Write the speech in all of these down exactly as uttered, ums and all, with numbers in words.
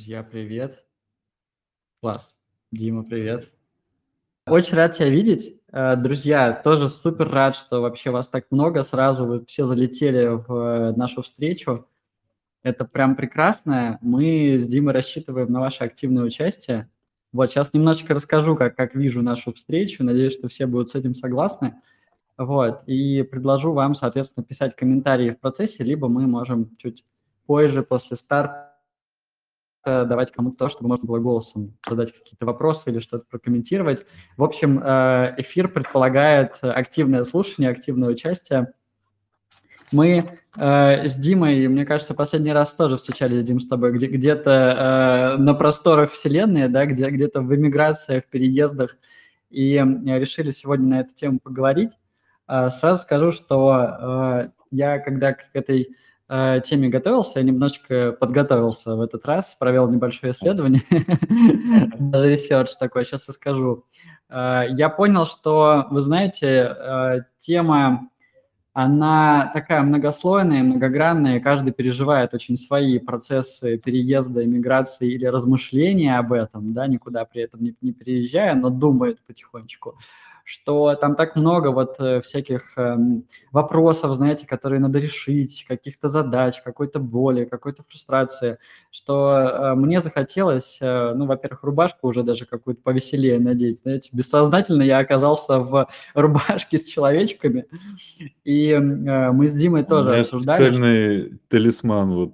Друзья, привет. Класс. Дима, привет. Очень рад тебя видеть. Э, Друзья, тоже супер рад, что вообще вас так много сразу, вы все залетели в э, нашу встречу. Это прям прекрасно. Мы с Димой рассчитываем на ваше активное участие. Вот, сейчас немножечко расскажу, как, как вижу нашу встречу. Надеюсь, что все будут с этим согласны. Вот, и предложу вам, соответственно, писать комментарии в процессе, либо мы можем чуть позже, после старта, э, давать кому-то то, чтобы можно было голосом задать какие-то вопросы или что-то прокомментировать. В общем, э, эфир предполагает активное слушание, активное участие. Мы э, с Димой, мне кажется, последний раз тоже встречались, Дим, с тобой где- где-то э, на просторах Вселенной, да, где- где-то в эмиграциях, переездах, и э, решили сегодня на эту тему поговорить. Э, сразу скажу, что э, я, когда к этой э, теме готовился, я немножечко подготовился в этот раз, провел небольшое исследование, даже ресерч такой, сейчас расскажу. Э, Я понял, что, вы знаете, э, тема она такая многослойная, многогранная, и каждый переживает очень свои процессы переезда, иммиграции или размышления об этом, да, никуда при этом не, не переезжая, но думает потихонечку, что там так много вот э, всяких эм, вопросов, знаете, которые надо решить, каких-то задач, какой-то боли, какой-то фрустрации, что э, мне захотелось, э, ну, во-первых, рубашку уже даже какую-то повеселее надеть, знаете, бессознательно я оказался в рубашке с человечками, и э, мы с Димой У тоже меня обсуждали, что... специальный талисман вот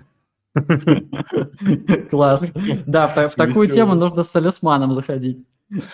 Класс. Да, в, та- в такую тему веселый. нужно с талисманом заходить.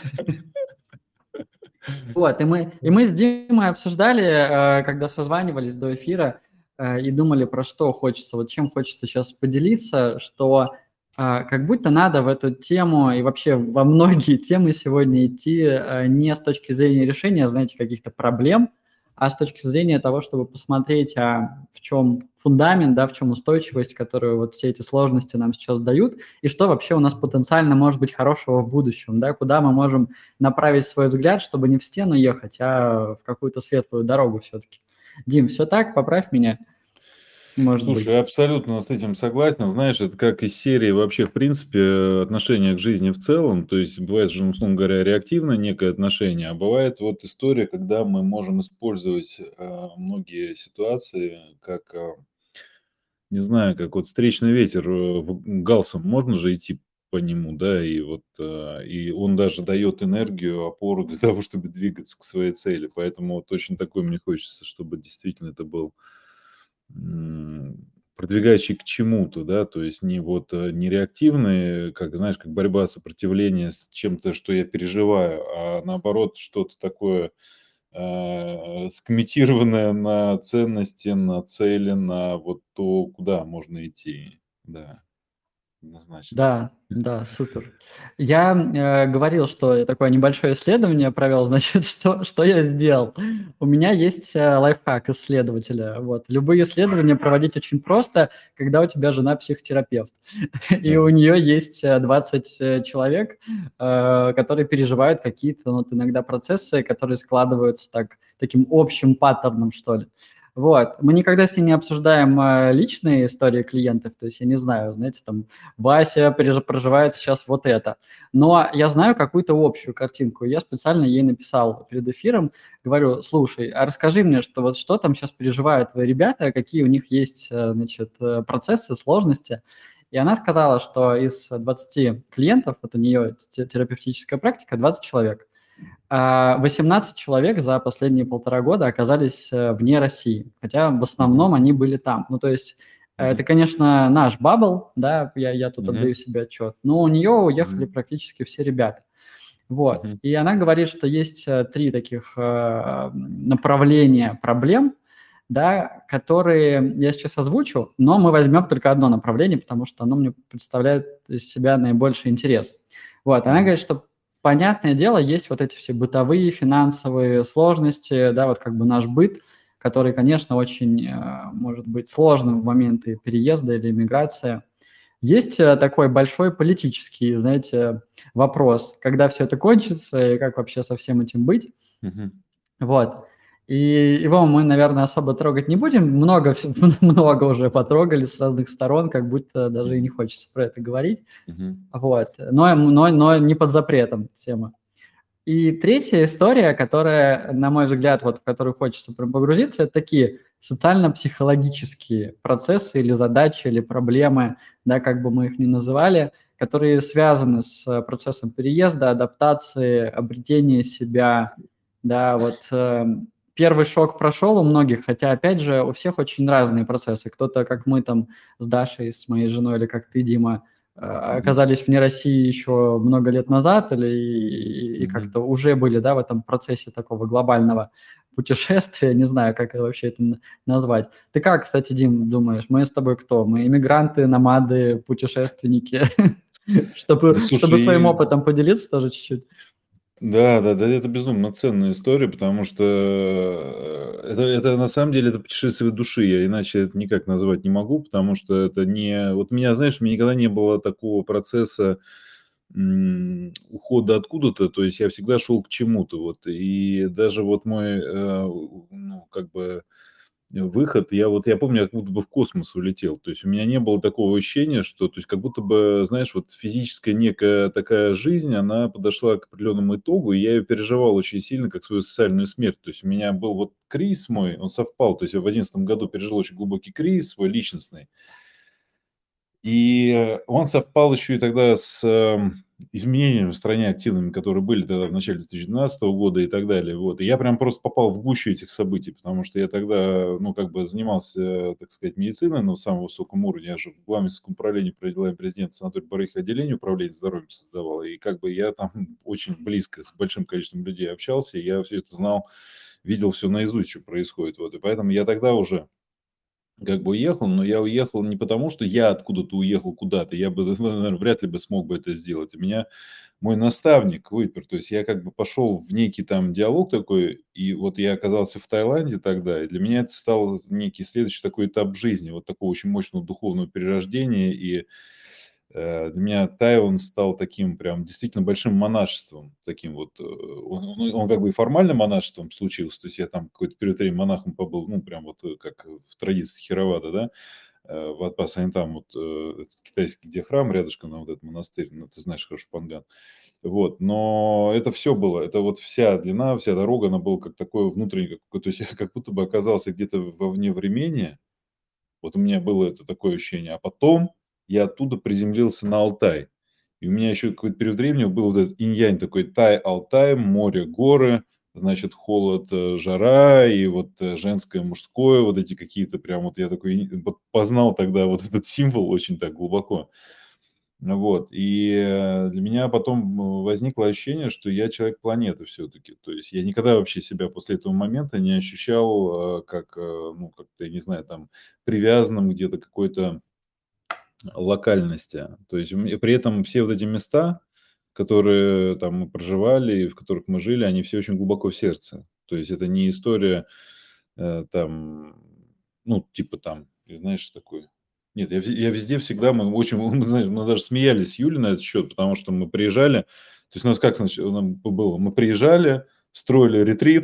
Вот, и мы, и мы с Димой обсуждали, э, когда созванивались до эфира, э, и думали, про что хочется, вот чем хочется сейчас поделиться, что э, как будто надо в эту тему и вообще во многие темы сегодня идти э, не с точки зрения решения, знаете, каких-то проблем, а с точки зрения того, чтобы посмотреть, а в чем фундамент, да, в чем устойчивость, которую вот все эти сложности нам сейчас дают, и что вообще у нас потенциально может быть хорошего в будущем, да, куда мы можем направить свой взгляд, чтобы не в стену ехать, а в какую-то светлую дорогу все-таки. Дим, все так? Поправь меня, может Слушай, быть. я абсолютно с этим согласен. Знаешь, это как из серии вообще, в принципе, отношение к жизни в целом. То есть бывает же, условно говоря, реактивное некое отношение, а бывает вот история, когда мы можем использовать э, многие ситуации как, э, не знаю, как вот встречный ветер э, в- галсом. Можно же идти по нему, да, и вот э, и он даже дает энергию, опору для того, чтобы двигаться к своей цели. Поэтому вот очень такой мне хочется, чтобы действительно это был м, продвигающий к чему-то, да, то есть не вот э, не реактивные, как знаешь, как борьба, сопротивление с чем-то, что я переживаю, а наоборот что-то такое э, скоммитированное на ценности, на цели, на вот то, куда можно идти. Да, однозначно. Да, да, супер. Я э, говорил, что я такое небольшое исследование провел, значит, что, что я сделал? У меня есть э, лайфхак исследователя. Вот. Любые исследования проводить очень просто, когда у тебя жена психотерапевт, и Да. у нее есть э, двадцать э, человек, э, которые переживают какие-то вот, иногда процессы, которые складываются так, таким общим паттерном, что ли. Вот. Мы никогда с ней не обсуждаем э, личные истории клиентов, то есть я не знаю, знаете, там, Вася переж- проживает сейчас вот это. Но я знаю какую-то общую картинку. Я специально ей написал перед эфиром, говорю, слушай, а расскажи мне, что вот что там сейчас переживают твои ребята, какие у них есть, э, значит, э, процессы, сложности. И она сказала, что из двадцати клиентов, вот у нее те- терапевтическая практика, двадцать человек, а восемнадцать человек за последние полтора года оказались э, вне России, хотя в Мгм. основном они были там. Ну, то есть э, это, Мгм. конечно, наш бабл, да, я, я тут отдаю Мгм. себе отчет, но у нее уехали Мгм. практически все ребята. Вот. Мгм. И она говорит, что есть э, три таких э, направления проблем, да, которые я сейчас озвучу, но мы возьмем только одно направление, потому что оно мне представляет из себя наибольший интерес. Вот. Она Мгм. говорит, что понятное дело, есть вот эти все бытовые, финансовые сложности, да, вот как бы наш быт, который, конечно, очень э, может быть сложным в моменты переезда или иммиграции. Есть э, такой большой политический, знаете, вопрос, когда все это кончится и как вообще со всем этим быть. Мгм. Вот. И его мы, наверное, особо трогать не будем. Много, много уже потрогали с разных сторон, как будто даже и не хочется про это говорить. Мгм. Вот. Но, но, но не под запретом тема. И третья история, которая, на мой взгляд, вот в которую хочется прям погрузиться, это такие социально-психологические процессы или задачи, или проблемы, да, как бы мы их ни называли, которые связаны с процессом переезда, адаптации, обретения себя. Да, вот э, первый шок прошел у многих, хотя, опять же, у всех очень разные процессы. Кто-то, как мы там с Дашей, с моей женой, или как ты, Дима, э, оказались вне России еще много лет назад, или и, и Мгм. как-то уже были, да, в этом процессе такого глобального путешествия, не знаю, как это вообще это н- назвать. Ты как, кстати, Дим, думаешь, мы с тобой кто? Мы иммигранты, номады, путешественники? Чтобы, Да чтобы своим слушай, опытом поделиться тоже чуть-чуть. да, да, да, это безумно ценная история, потому что э, это, это на самом деле это путешествие души, я иначе это никак назвать не могу, потому что это не... Вот меня, знаешь, у меня никогда не было такого процесса м, ухода откуда-то, то есть я всегда шел к чему-то, вот, и даже вот мой, э, у- ну, как бы выход, я вот, я помню, я как будто бы в космос улетел. То есть у меня не было такого ощущения, что, то есть как будто бы, знаешь, вот физическая некая такая жизнь, она подошла к определенному итогу, и я ее переживал очень сильно, как свою социальную смерть. То есть у меня был вот кризис мой, он совпал, то есть я в одиннадцатом году пережил очень глубокий кризис свой личностный, и он совпал еще и тогда с, эм, изменениями в стране активными, которые были тогда в начале две тысячи двенадцатого года и так далее. Вот. И я прям просто попал в гущу этих событий, потому что я тогда, ну, как бы занимался, так сказать, медициной на самом высоком уровне. Я же в главном управлении при делами президента санатория Барыха отделение управления здоровьем создавал. И как бы я там очень близко с большим количеством людей общался, и я все это знал, видел все наизусть, что происходит. Вот. И поэтому я тогда уже как бы уехал, но я уехал не потому, что я откуда-то уехал куда-то. Я бы, наверно, вряд ли бы смог бы это сделать. Меня мой наставник выпер. То есть я как бы пошел в некий там диалог такой, и вот я оказался в Таиланде тогда, и для меня это стал некий следующий такой этап жизни, вот такого очень мощного духовного перерождения. И Э, для меня Тайван стал таким прям действительно большим монашеством. Таким вот, э, он, он- он как бы и формально монашеством случился, то есть я там какой-то период времени монахом побыл, ну, прям вот э, как в традиции Херавада, да, э, в Атпасане там вот э, этот китайский, где храм рядышком на вот этот монастырь, ну, ты знаешь хорошо Панган. Вот, но это все было, это вот вся длина, вся дорога, она была как такое внутреннее, как, то есть я как будто бы оказался где-то во вне времени, вот у меня было это такое ощущение. А потом я оттуда приземлился на Алтай. И у меня еще какой-то период времени был вот этот инь-янь такой: Тай-Алтай, море, горы, значит, холод, э, жара, и вот э, женское, мужское, вот эти какие-то прям вот я такой и вот познал тогда вот этот символ очень так глубоко. Ну вот, и, э, для меня потом, э, возникло ощущение, что я человек планеты все-таки. То есть я никогда вообще себя после этого момента не ощущал, э, как, э, ну, как-то, я не знаю, там, привязанным где-то к какой-то локальности. То есть у ме при этом все вот эти места, которые там мы проживали и в которых мы жили, они все очень глубоко в сердце. То есть это не история, э, там, ну, типа там, и знаешь, такой. Нет, я вез я везде всегда, мы очень, мы, знаешь, мы даже смеялись с Юлей на этот счет, потому что мы приезжали, то есть у нас как знач нам было, мы приезжали, строили ретрит,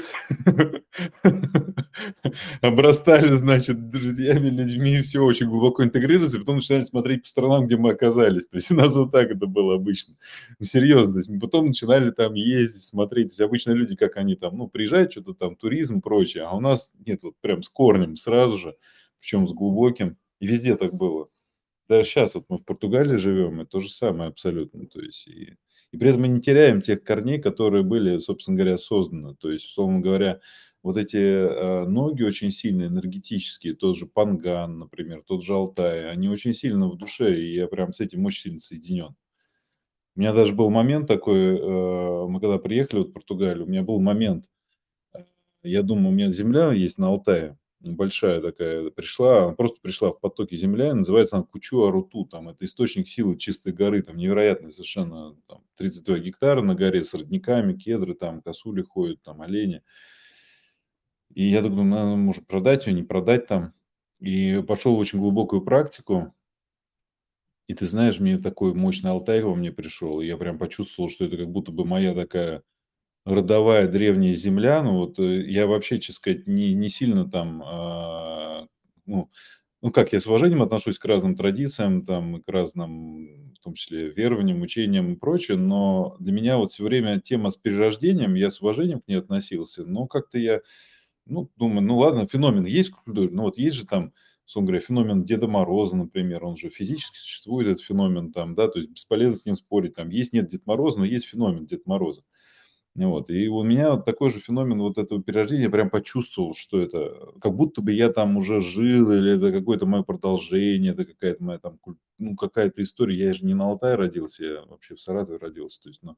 обрастали, значит, друзьями, людьми, все очень глубоко интегрировались, и потом начинали смотреть по сторонам, где мы оказались. То есть у нас вот так это было обычно. Ну, серьезно. То есть мы потом начинали там ездить, смотреть. То есть обычно люди, как они там, ну, приезжают, что-то там, туризм, прочее, а у нас нет, вот прям с корнем сразу же, причем с глубоким. И везде так было. Даже сейчас вот мы в Португалии живем, и то же самое абсолютно. То есть и, и при этом мы не теряем тех корней, которые были, собственно говоря, созданы. То есть, условно говоря, вот эти э, ноги очень сильные, энергетические, тот же Панган, например, тот же Алтай, они очень сильно в душе, и я прям с этим очень сильно соединен. У меня даже был момент такой, э, мы когда приехали вот в Португалию, у меня был момент, Э, я думаю, у меня земля есть на Алтае, небольшая такая, пришла, она просто пришла в потоке земля, и называется она Кучуа-Руту, там это источник силы чистой горы, там невероятно совершенно, там тридцать два гектара на горе с родниками, кедры, там косули ходят, там олени. И я так думаю, надо, может, продать ее, не продать там. И пошел в очень глубокую практику, и ты знаешь, мне такой мощный Алтай во мне пришел, и я прям почувствовал, что это как будто бы моя такая родовая древняя земля. Ну вот э, я вообще, честно сказать, не, не сильно там, а, ну, ну как, я с уважением отношусь к разным традициям, там, и к разным, в том числе, верованиям, учениям и прочее, но для меня вот все время тема с перерождением, я с уважением к ней относился, но как-то я, ну, думаю, ну ладно, феномен есть в культуре, ну вот есть же там, условно говоря, феномен Деда Мороза, например, он же физически существует, этот феномен там, да, то есть бесполезно с ним спорить, там есть, нет Дед Мороза, но есть феномен Деда Мороза. Вот. И у меня вот такой же феномен вот этого перерождения. Я прям почувствовал, что это как будто бы я там уже жил, или это какое-то мое продолжение, это какая-то моя там, куль- ну, какая-то история. Я же не на Алтае родился, я вообще в Саратове родился. То есть, ну,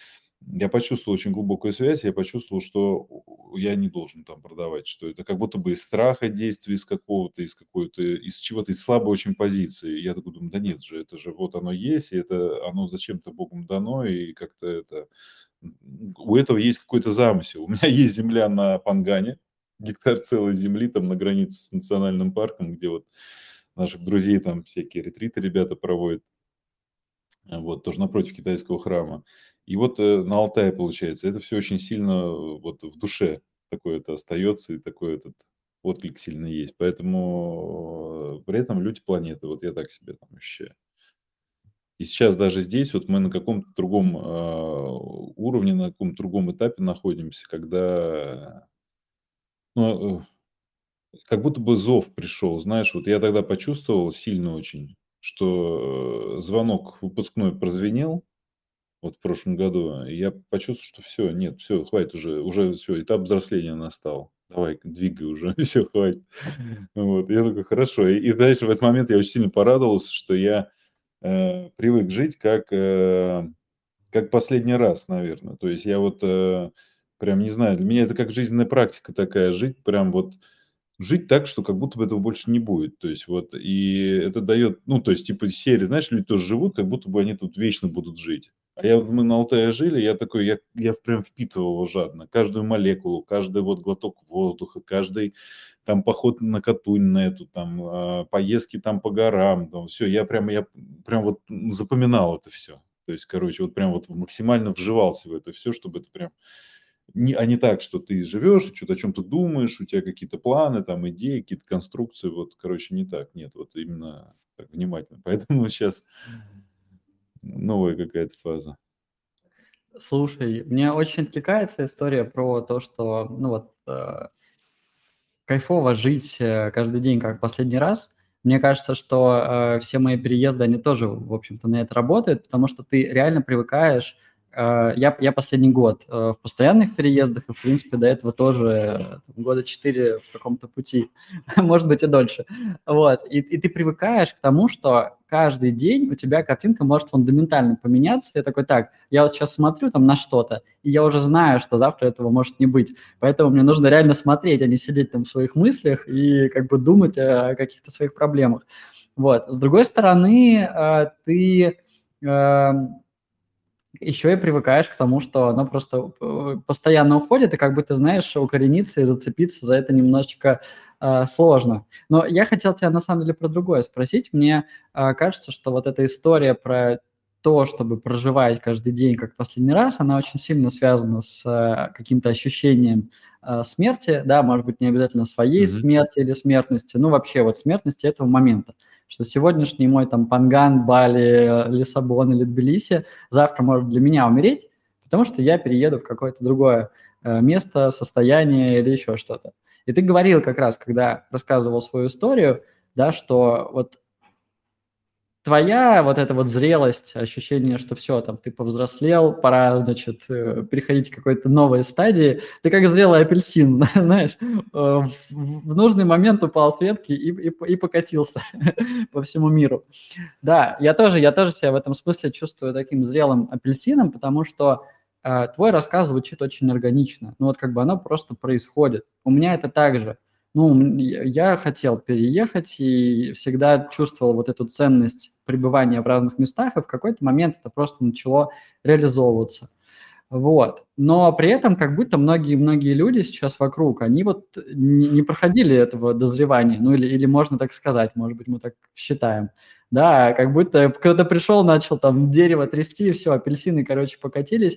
я почувствовал очень глубокую связь, я почувствовал, что я не должен там продавать, что это как будто бы из страха действия, из какого-то, из какой-то, из чего-то, из слабой очень позиции. Я такой думаю, да нет же, это же вот оно есть, и это оно зачем-то Богом дано, и как-то это у этого есть какой-то замысел. У меня есть земля на Пангане, гектар целой земли там на границе с национальным парком, где вот наших друзей там всякие ретриты ребята проводят, а, вот, тоже напротив китайского храма. И вот э, на Алтае, получается, это все очень сильно э, вот в душе такое это остается, и такой этот отклик сильно есть. Поэтому э, при этом люди планеты, вот я так себе там ощущаю. И сейчас даже здесь вот мы на каком-то другом, а, уровне, на каком-то другом этапе находимся, когда, ну, э, как будто бы зов пришел. Знаешь, вот я тогда почувствовал сильно очень, что, э, звонок выпускной прозвенел, вот в прошлом году. И я почувствовал, что все, нет, все, хватит уже, уже все, этап взросления настал. Давай, двигай уже, все, хватит. Вот, я такой: "Хорошо". И и дальше в этот момент я очень сильно порадовался, что я, э, привык жить как, э как последний раз, наверное. То есть я вот, э, прям не знаю, для меня это как жизненная практика такая, жить прям вот, жить так, что как будто бы этого больше не будет. То есть вот, и это дает, ну, то есть типа из серии, знаешь, люди тоже живут, как будто бы они тут вечно будут жить. А я вот, мы на Алтае жили, я такой, я, я прям впитывал его жадно. Каждую молекулу, каждый вот глоток воздуха, каждый там поход на Катунь на эту, там, а, поездки там по горам, там, все, я прям, я прям вот запоминал это все. То есть, короче, вот прям вот максимально вживался в это все, чтобы это прям не, а не так, что ты живешь, что-то о чем-то думаешь, у тебя какие-то планы, там, идеи, какие-то конструкции. Вот, короче, не так. Нет, вот именно так, внимательно. Поэтому сейчас новая какая-то фаза. Слушай, мне очень откликается история про то, что, ну вот, э, кайфово жить, э, каждый день как последний раз. Мне кажется, что, э, все мои переезды, они тоже, в общем-то, на это работают, потому что ты реально привыкаешь. Э, я я последний год, э, в постоянных переездах, и, в принципе, до этого тоже, э, года четыре в каком-то пути, может быть, и дольше. Вот, и и ты привыкаешь к тому, что каждый день у тебя картинка может фундаментально поменяться. Я такой: "Так, я вот сейчас смотрю там на что-то, и я уже знаю, что завтра этого может не быть". Поэтому мне нужно реально смотреть, а не сидеть там в своих мыслях и как бы думать о каких-то своих проблемах. Вот. С другой стороны, э, ты, эм, еще и привыкаешь к тому, что оно просто, э, постоянно уходит, и как бы ты знаешь, укорениться и зацепиться за это немножечко, э, сложно. Но я хотел тебя на самом деле про другое спросить. Мне, э, кажется, что вот эта история про то, чтобы проживать каждый день как последний раз, она очень сильно связана с, э, каким-то ощущением, э, смерти. Да, может быть, не обязательно своей Мгм. смерти или смертности, ну, вообще вот смертности этого момента. Что сегодняшний мой там Панган, Бали, э, Лиссабон или Тбилиси завтра может для меня умереть, потому что я перееду в какое-то другое э, место, состояние или еще что-то. И ты говорил как раз, когда рассказывал свою историю, да, что вот твоя вот эта вот зрелость, ощущение, что все, там, ты повзрослел, пора, значит, э, переходить к какой-то новой стадии. Ты как зрелый апельсин, знаешь, э, в в нужный момент упал с ветки и и и покатился по всему миру. Да, я тоже я тоже себя в этом смысле чувствую таким зрелым апельсином, потому что, э, твой рассказ звучит очень органично. Ну, вот как бы оно просто происходит. У меня это так же. Ну, м, я я хотел переехать и всегда чувствовал вот эту ценность пребывания в разных местах, и в какой-то момент это просто начало реализовываться. Вот. Но при этом как будто многие-многие люди сейчас вокруг, они вот не не проходили этого дозревания, ну или или можно так сказать, может быть, мы так считаем. Да, как будто кто-то пришел, начал там дерево трясти, и всё, апельсины, короче, покатились.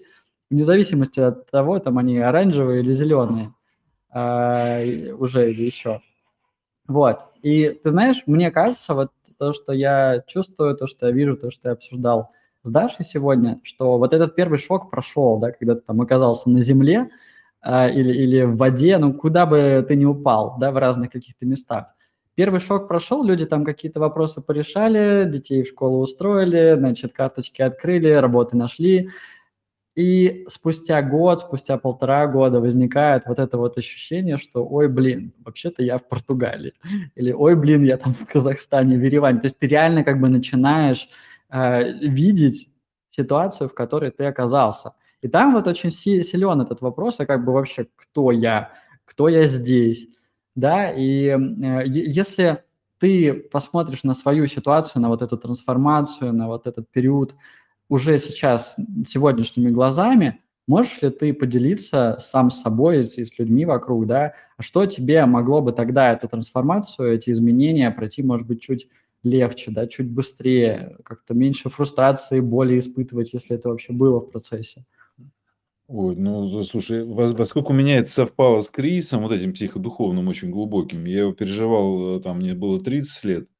вне зависимости от того, там они оранжевые или зеленые а, уже или еще. Вот. И ты знаешь, мне кажется, вот то, что я чувствую, то, что я вижу, то, что я обсуждал с Дашей сегодня, что вот этот первый шок прошел, да, когда ты там оказался на земле а, или, или в воде, ну, куда бы ты ни упал, да, в разных каких-то местах. Первый шок прошел, люди там какие-то вопросы порешали, детей в школу устроили, значит, карточки открыли, работы нашли, и спустя год, спустя полтора года возникает вот это вот ощущение, что, ой, блин, вообще-то я в Португалии, или, ой, блин, я там в Казахстане, в Ереване. То есть ты реально как бы начинаешь э, видеть ситуацию, в которой ты оказался. И там вот очень си- силен этот вопрос, а как бы вообще кто я, кто я здесь, да, и э, е- если ты посмотришь на свою ситуацию, на вот эту трансформацию, на вот этот период уже сейчас сегодняшними глазами, можешь ли ты поделиться сам с собой и с, и с людьми вокруг, да, а что тебе могло бы тогда эту трансформацию, эти изменения пройти, может быть, чуть легче, да, чуть быстрее, как-то меньше фрустрации, боли испытывать, если это вообще было в процессе? Ой, ну, да, слушай, пос поскольку у меня это совпало с кризисом, вот этим психодуховным, очень глубоким, я его переживал, э, там мне было тридцать лет.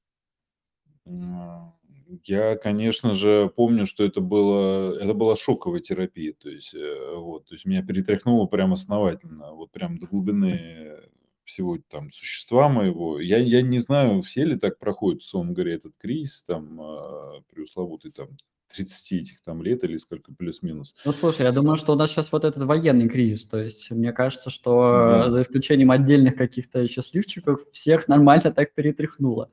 М, я, конечно же, помню, что это было это была шоковая терапия. То есть, э, вот, то есть меня перетряхнуло прям основательно, вот прям до глубины всего там существа моего. Я я не знаю, все ли так проходят, условно говоря, этот кризис там, а, пресловутый там тридцати этих там лет или сколько плюс-минус. Ну, слушай, я думаю, что у нас сейчас вот этот военный кризис, то есть мне кажется, что э, Да. за исключением отдельных каких-то счастливчиков, всех нормально так перетряхнуло.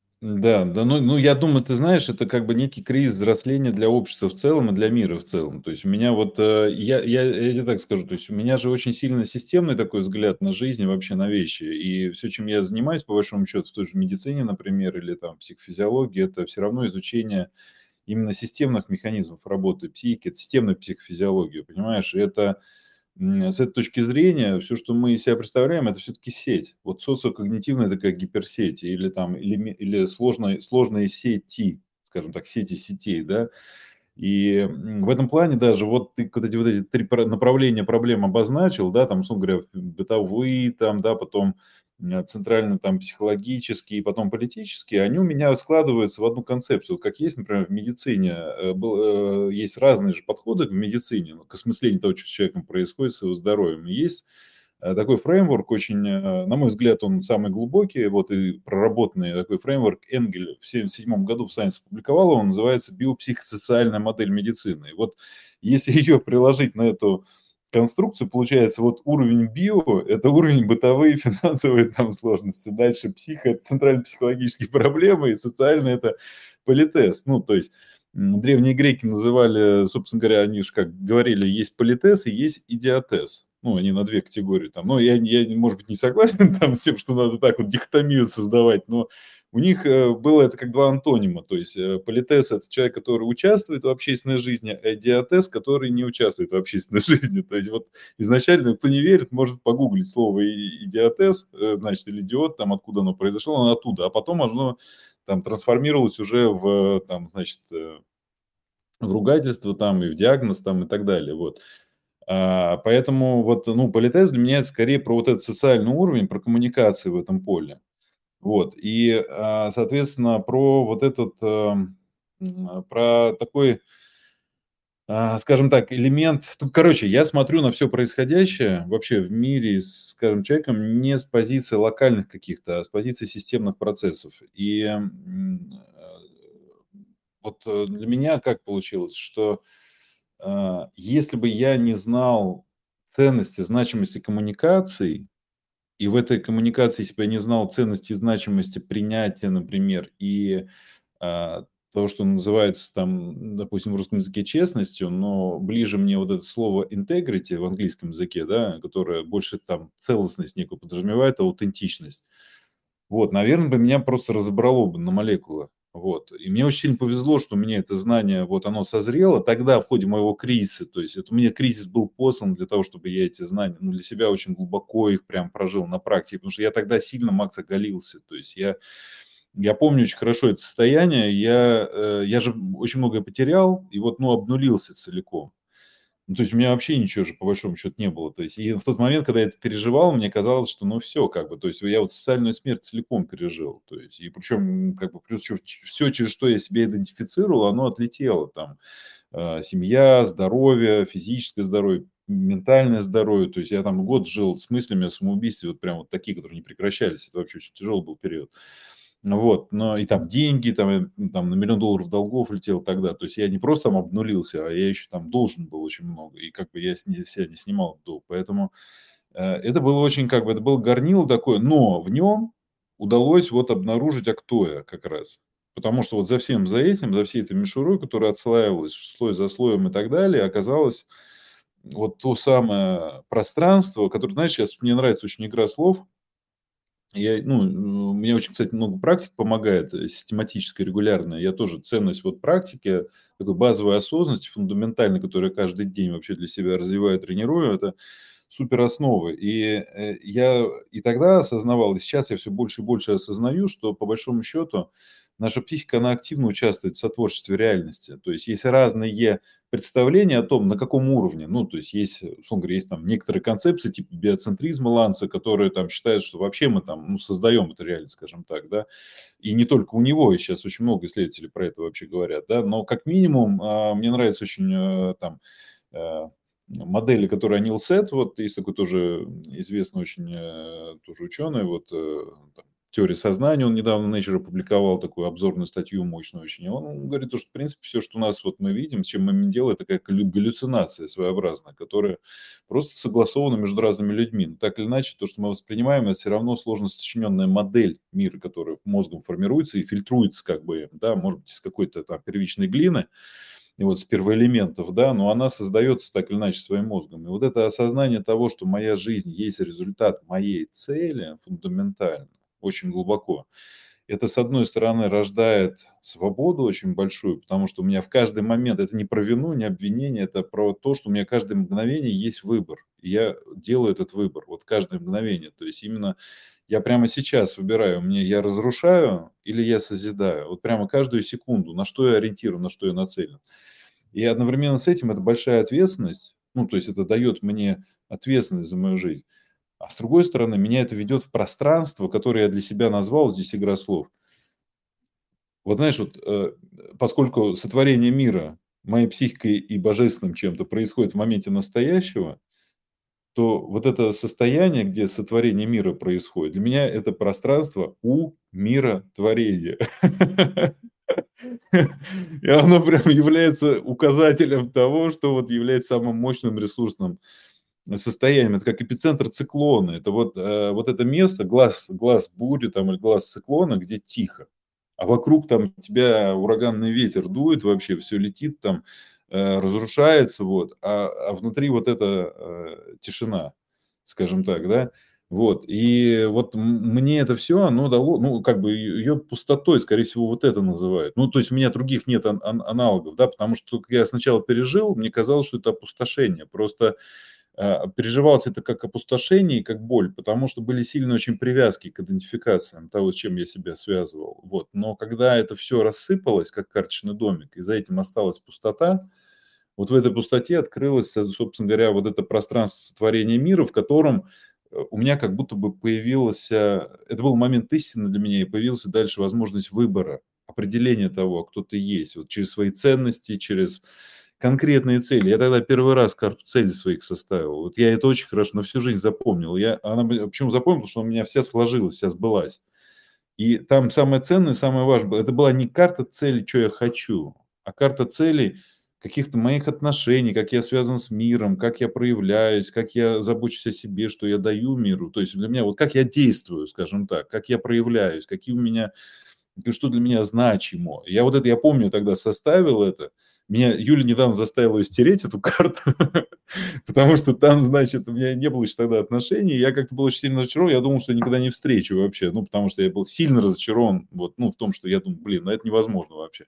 Да, да, ну ну, я думаю, ты знаешь, это как бы некий кризис взросления для общества в целом и для мира в целом. То есть у меня вот, э, я я я тебе так скажу, то есть у меня же очень сильно системный такой взгляд на жизнь и вообще на вещи. И все, чем я занимаюсь, по большому счету, в той же медицине, например, или там психофизиологии, это все равно изучение именно системных механизмов работы психики, это системная психофизиология, понимаешь? И это, м, с этой точки зрения, все, что мы из себя представляем, это все-таки сеть. Вот социокогнитивная такая гиперсеть или там или, ме- или сложные, сложные сети, скажем так, сети сетей, да. И м, в этом плане даже вот ты вот эти вот эти три про- направления проблем обозначил, да, там, условно говоря, бытовые, там, да, потом э, центрально там психологические, потом политические, они у меня складываются в одну концепцию. Вот как есть, например, в медицине, э, был, э, есть разные же подходы к медицине, ну, к осмыслению того, что с человеком происходит, с его здоровьем. Есть э, такой фреймворк, очень, э, на мой взгляд, он самый глубокий, вот и проработанный такой фреймворк Энгель в семьдесят седьмом году в Science опубликовал, он называется «Биопсихосоциальная модель медицины». И вот если ее приложить на эту конструкцию, получается, вот уровень био– это уровень бытовые, финансовые там сложности. Дальше психо– это центрально-психологические проблемы, и социально– это политез. Ну, то есть м, древние греки называли, собственно говоря, они же как говорили, есть политез и есть идиотез. Ну, они на две категории там. Ну, я, я, может быть, не согласен там с тем, что надо так вот дихотомию создавать, но у них э, было это как два антонима. То есть э, политес– это человек, который участвует в общественной жизни, а идиотез, который не участвует в общественной жизни. То есть вот изначально, кто не верит, может погуглить слово и- идиотез, э, значит, или идиот, там, откуда оно произошло, оно оттуда. А потом оно там трансформировалось уже в, там, значит, э, в ругательство там и в диагноз там и так далее. Вот. А, поэтому вот, ну, политез для меня это скорее про вот этот социальный уровень, про коммуникации в этом поле. Вот. И, а, соответственно, про вот этот, ам, м, про такой, а, скажем так, элемент. Ну, короче, я смотрю на все происходящее вообще в мире с, скажем, человеком не с позиции локальных каких-то, а с позиции системных процессов. И, м, э, вот, э, для меня как получилось, что, а, если бы я не знал ценности, значимости коммуникаций, и в этой коммуникации, если бы я не знал ценности и значимости принятия, например, и а, то, что называется там, допустим, в русском языке честностью, но ближе мне вот это слово integrity в английском языке, да, которое больше там целостность некую подразумевает, аутентичность. Вот, наверное, бы меня просто разобрало бы на молекулы. Вот. И мне очень сильно повезло, что у меня это знание, вот оно созрело тогда в ходе моего кризиса. То есть это мне кризис был послан для того, чтобы я эти знания, ну, для себя очень глубоко их прям прожил на практике. Потому что я тогда сильно, Макс, оголился. То есть я, я помню очень хорошо это состояние. Я, э, я же очень многое потерял и вот, ну, обнулился целиком. Ну, то есть у меня вообще ничего же по большому счету не было. То есть и в тот момент, когда я это переживал, мне казалось, что ну все, как бы, то есть я вот социальную смерть целиком пережил. То есть и причем как бы плюс все, через что я себя идентифицировал, оно отлетело там. э, Семья, здоровье, физическое здоровье, ментальное здоровье. То есть я там год жил с мыслями о самоубийстве, вот прям вот такие, которые не прекращались. Это вообще очень тяжелый был период. Ну вот, но и там деньги, там, э, там на миллион долларов долгов летел тогда. То есть я не просто там обнулился, а я еще там должен был очень много. И как бы я с не- себя не снимал в долг. Поэтому э, это было очень, как бы, это был горнило такое, но в нем удалось вот обнаружить, а кто я как раз. Потому что вот за всем за этим, за всей этой мишурой, которая отслаивалась слой за слоем и так далее, оказалось вот то самое пространство, которое, знаешь, сейчас мне нравится очень игра слов. Я, ну, мне очень, кстати, много практик помогает, э, систематическая, регулярная. Я тоже ценность вот практики, такой базовой осознанности, фундаментальной, которую я каждый день вообще для себя развиваю, тренирую, это супер основы. И э, я и тогда осознавал, и сейчас я все больше и больше осознаю, что по большому счету наша психика, она активно участвует в сотворчестве реальности. То есть есть разные представления о том, на каком уровне. Ну, то есть есть, условно говоря, есть там некоторые концепции типа биоцентризма Ланца, которые там считают, что вообще мы там, ну, создаем это реально, скажем так, да. И не только у него, и сейчас очень много исследователей про это вообще говорят, да. Но как минимум а, мне нравится очень э, там э, модели, которые Анил Сет, вот есть такой тоже известный очень э, тоже ученый, вот э, там, теории сознания, он недавно в Nature опубликовал такую обзорную статью мощную очень, и он говорит, то, что в принципе все, что у нас вот мы видим, с чем мы имеем дело, это такая галлю- галлюцинация своеобразная, которая просто согласована между разными людьми. Но так или иначе, то, что мы воспринимаем, это все равно сложно сочиненная модель мира, которая мозгом формируется и фильтруется как бы, да, может быть, из какой-то там первичной глины, и вот с первоэлементов, да, но она создается так или иначе своим мозгом. И вот это осознание того, что моя жизнь есть результат моей цели, фундаментально, очень глубоко. Это, с одной стороны, рождает свободу очень большую, потому что у меня в каждый момент, это не про вину, не обвинение, это про то, что у меня каждое мгновение есть выбор. И я делаю этот выбор, вот каждое мгновение. То есть именно я прямо сейчас выбираю, мне я разрушаю или я созидаю. Вот прямо каждую секунду, на что я ориентирован, на что я нацелен. И одновременно с этим это большая ответственность. Ну, то есть это дает мне ответственность за мою жизнь. А с другой стороны, меня это ведет в пространство, которое я для себя назвал, вот здесь игра слов. Вот знаешь, вот, э, поскольку сотворение мира моей психикой и божественным чем-то происходит в моменте настоящего, то вот это состояние, где сотворение мира происходит, для меня это пространство у миротворения. И оно прям является указателем того, что вот является самым мощным ресурсным состоянием. Это как эпицентр циклона. Это вот, э, вот это место, глаз, глаз бури там, или глаз циклона, где тихо. А вокруг там тебя ураганный ветер дует вообще, все летит там, э, разрушается, вот, а, а внутри вот эта э, тишина, скажем так, да. Вот, и вот м мне это все оно дало, ну, как бы ее пустотой, скорее всего, вот это называют. Ну, то есть у меня других нет ан ан аналогов, да, потому что я сначала пережил, мне казалось, что это опустошение. Просто а, переживалось это как опустошение и как боль, потому что были сильные очень привязки к идентификациям того, с чем я себя связывал. Вот. Но когда это все рассыпалось, как карточный домик, и за этим осталась пустота, вот в этой пустоте открылось, со- собственно говоря, вот это пространство сотворения мира, в котором э, у меня как будто бы появился, это был момент истины для меня, и появилась дальше возможность выбора, определения того, кто ты есть, вот через свои ценности, через конкретные цели. Я тогда первый раз карту целей своих составил. Вот я это очень хорошо на всю жизнь запомнил. Я, она, мне- почему запомнил? Потому что у меня вся сложилась, вся сбылась. И там самое ценное, самое важное, было- это была не карта целей, что я хочу, а карта целей каких-то моих отношений, как я связан с миром, как я проявляюсь, как я забочусь о себе, что я даю миру. То есть для меня вот как я действую, скажем так, как я проявляюсь, какие у меня и что для меня значимо. Я вот это, я помню, тогда составил это. Меня Юля недавно заставила её стереть, эту карту, потому что там, значит, у меня не было еще тогда отношений. Я как-то был очень сильно разочарован. Я думал, что я никогда не встречу вообще. Ну, потому что я был сильно разочарован, вот, ну, в том, что я думаю, блин, ну это невозможно вообще.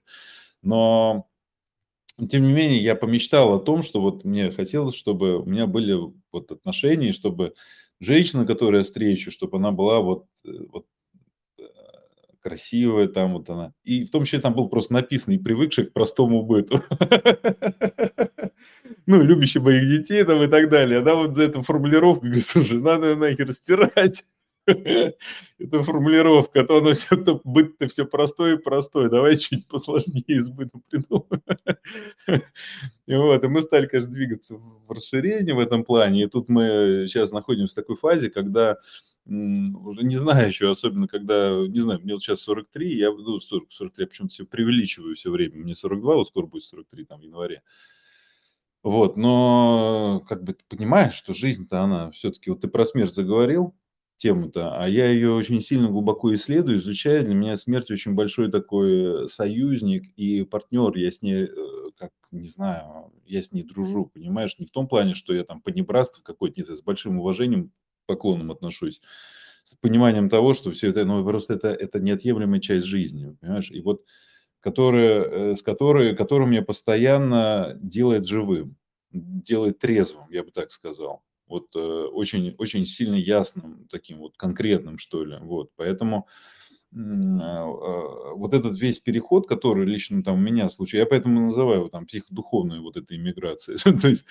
Но, тем не менее, я помечтал о том, что вот мне хотелось, чтобы у меня были вот отношения, чтобы женщина, которую я встречу, чтобы она была вот, э, вот э, красивая там вот она. И в том числе там было просто написано: "И привыкший к простому быту". ну, любящий моих детей там и так далее. Она вот за эту формулировку говорит, слушай, надо ее нахер стирать. Эта формулировка, а то оно все, быт-то все простое и простое. Давай чуть посложнее с бытом придумаем. И вот, и мы стали, конечно, двигаться в расширение в этом плане. И тут мы сейчас находимся в такой фазе, когда м, уже не знаю еще, особенно когда, не знаю, мне вот сейчас сорок три, я, ну, сорок, сорок три, я почему-то все преувеличиваю все время. Мне сорок два, вот скоро будет сорок три, там, в январе. Вот, но как бы ты понимаешь, что жизнь-то она все-таки, вот ты про смерть заговорил, тему-то, а я ее очень сильно глубоко исследую, изучаю. Для меня смерть очень большой такой союзник и партнер. Я с ней, э, как, не знаю, я с ней дружу, понимаешь? Не в том плане, что я там понебратство какой-то, нет, я с большим уважением, поклоном отношусь, с пониманием того, что все это, ну, просто это, это неотъемлемая часть жизни, понимаешь? И вот которая, э, с которой, которая меня постоянно делает живым, делает трезвым, я бы так сказал. Вот э, очень, очень сильно ясным, таким вот конкретным, что ли. Вот, поэтому м, а, а, вот этот весь переход, который лично там у меня случился, я поэтому называю его там психодуховной вот этой иммиграцией. То есть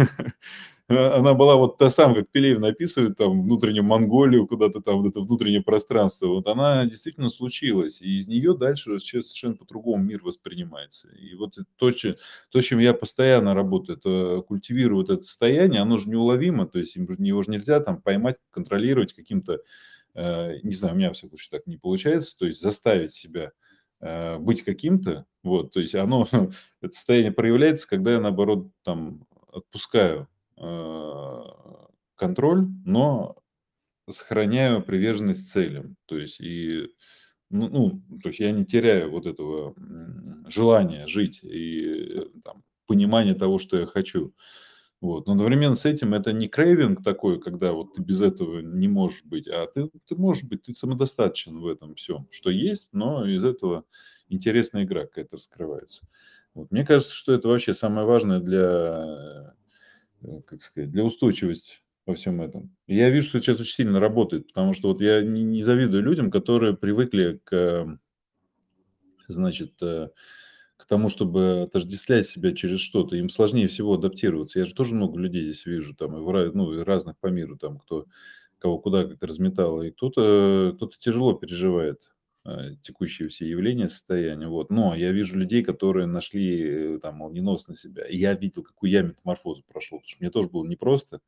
а, она была вот та самая, как Пелевин описывает, там, внутреннюю Монголию, куда-то там, вот это внутреннее пространство. Вот она действительно случилась, и из нее дальше сейчас совершенно по-другому мир воспринимается. И вот это то, че- то, чем я постоянно работаю, это культивирую вот это состояние, оно же неуловимо, то есть им же- его же нельзя там поймать, контролировать каким-то, э, не знаю, у меня, во всяком случае, так не получается, то есть заставить себя э, быть каким-то, вот, то есть оно, это состояние проявляется, когда я, наоборот, там, отпускаю э, контроль, но сохраняю приверженность целям. То есть и ну, ну, то есть я не теряю вот этого м, желания жить и э, там, понимания того, что я хочу. Вот. Но одновременно с этим это не крейвинг такой, когда вот ты без этого не можешь быть, а ты, ты можешь быть, ты самодостаточен в этом всем, что есть, но из этого интересная игра какая-то раскрывается. Вот. Мне кажется, что это вообще самое важное для э, как сказать, для устойчивости во всем этом. И я вижу, что это сейчас очень сильно работает, потому что вот я не, не завидую людям, которые привыкли к, э, значит, э, к тому, чтобы отождествлять себя через что-то. Им сложнее всего адаптироваться. Я же тоже много людей здесь вижу, там, и в ра- ну, и разных по миру, там, кто кого куда как разметало. И кто-то, кто-то тяжело переживает э, текущие все явления, состояния. Вот. Но я вижу людей, которые нашли э, там молниеносно себя. И я видел, какую я метаморфозу прошел. Потому что мне тоже было непросто.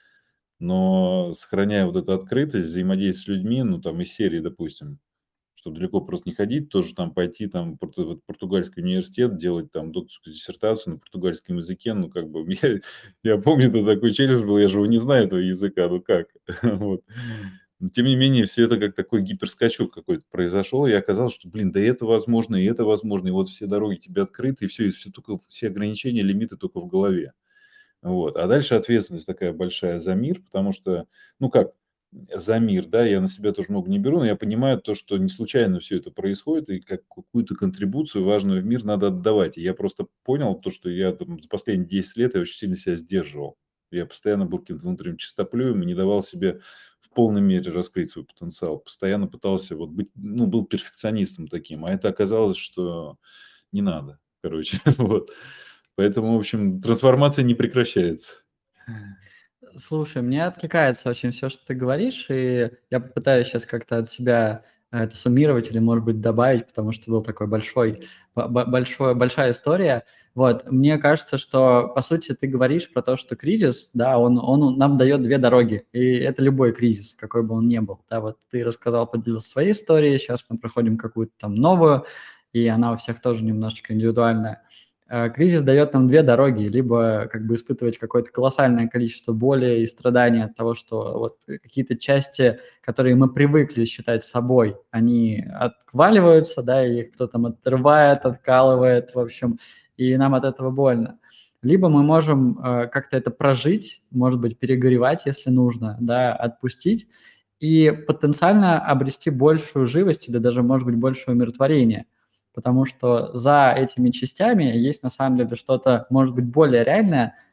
Но сохраняя вот эту открытость, взаимодействие с людьми, ну, там, из серии, допустим, чтобы далеко просто не ходить, тоже там пойти там в порту- вот португальский университет, делать там докторскую диссертацию на португальском языке, ну, как бы, я, я помню, это такой челлендж был, я же его не знаю, этого языка, ну, как, вот. Но тем не менее, все это как такой гиперскачок какой-то произошел, и оказалось, что, блин, да и это возможно, и это возможно, и вот все дороги тебе открыты, и все, и все только, все ограничения, лимиты только в голове. Вот. А дальше ответственность такая большая за мир, потому что, ну как, за мир, да, я на себя тоже много не беру, но я понимаю то, что не случайно все это происходит, и как какую-то контрибуцию важную в мир надо отдавать. И я просто понял то, что я там за последние десять лет я очень сильно себя сдерживал. Я постоянно был каким-то внутренним чистоплюем и не давал себе в полной мере раскрыть свой потенциал. Постоянно пытался вот быть, ну, был перфекционистом таким, а это оказалось, что не надо, короче, вот. Поэтому, в общем, трансформация не прекращается. Слушай, мне откликается очень все, что ты говоришь, и я попытаюсь сейчас как-то от себя э, это суммировать или, может быть, добавить, потому что был такой большой, б- б- большой, большая история. Вот, мне кажется, что, по сути, ты говоришь про то, что кризис, да, он, он нам дает две дороги, и это любой кризис, какой бы он ни был. Да, вот ты рассказал, поделился своей историей, сейчас мы проходим какую-то там новую, и она у всех тоже немножечко индивидуальная. Э, кризис дает нам две дороги: либо как бы испытывать какое-то колоссальное количество боли и страданий от того, что вот какие-то части, которые мы привыкли считать собой, они отваливаются, да, и их кто-то там отрывает, откалывает, в общем, и нам от этого больно. Либо мы можем э, как-то это прожить, может быть, перегоревать, если нужно, да, отпустить и потенциально обрести большую живость или даже, может быть, большее умиротворение. Потому что за этими частями есть на самом деле что-то, может быть, более реальное,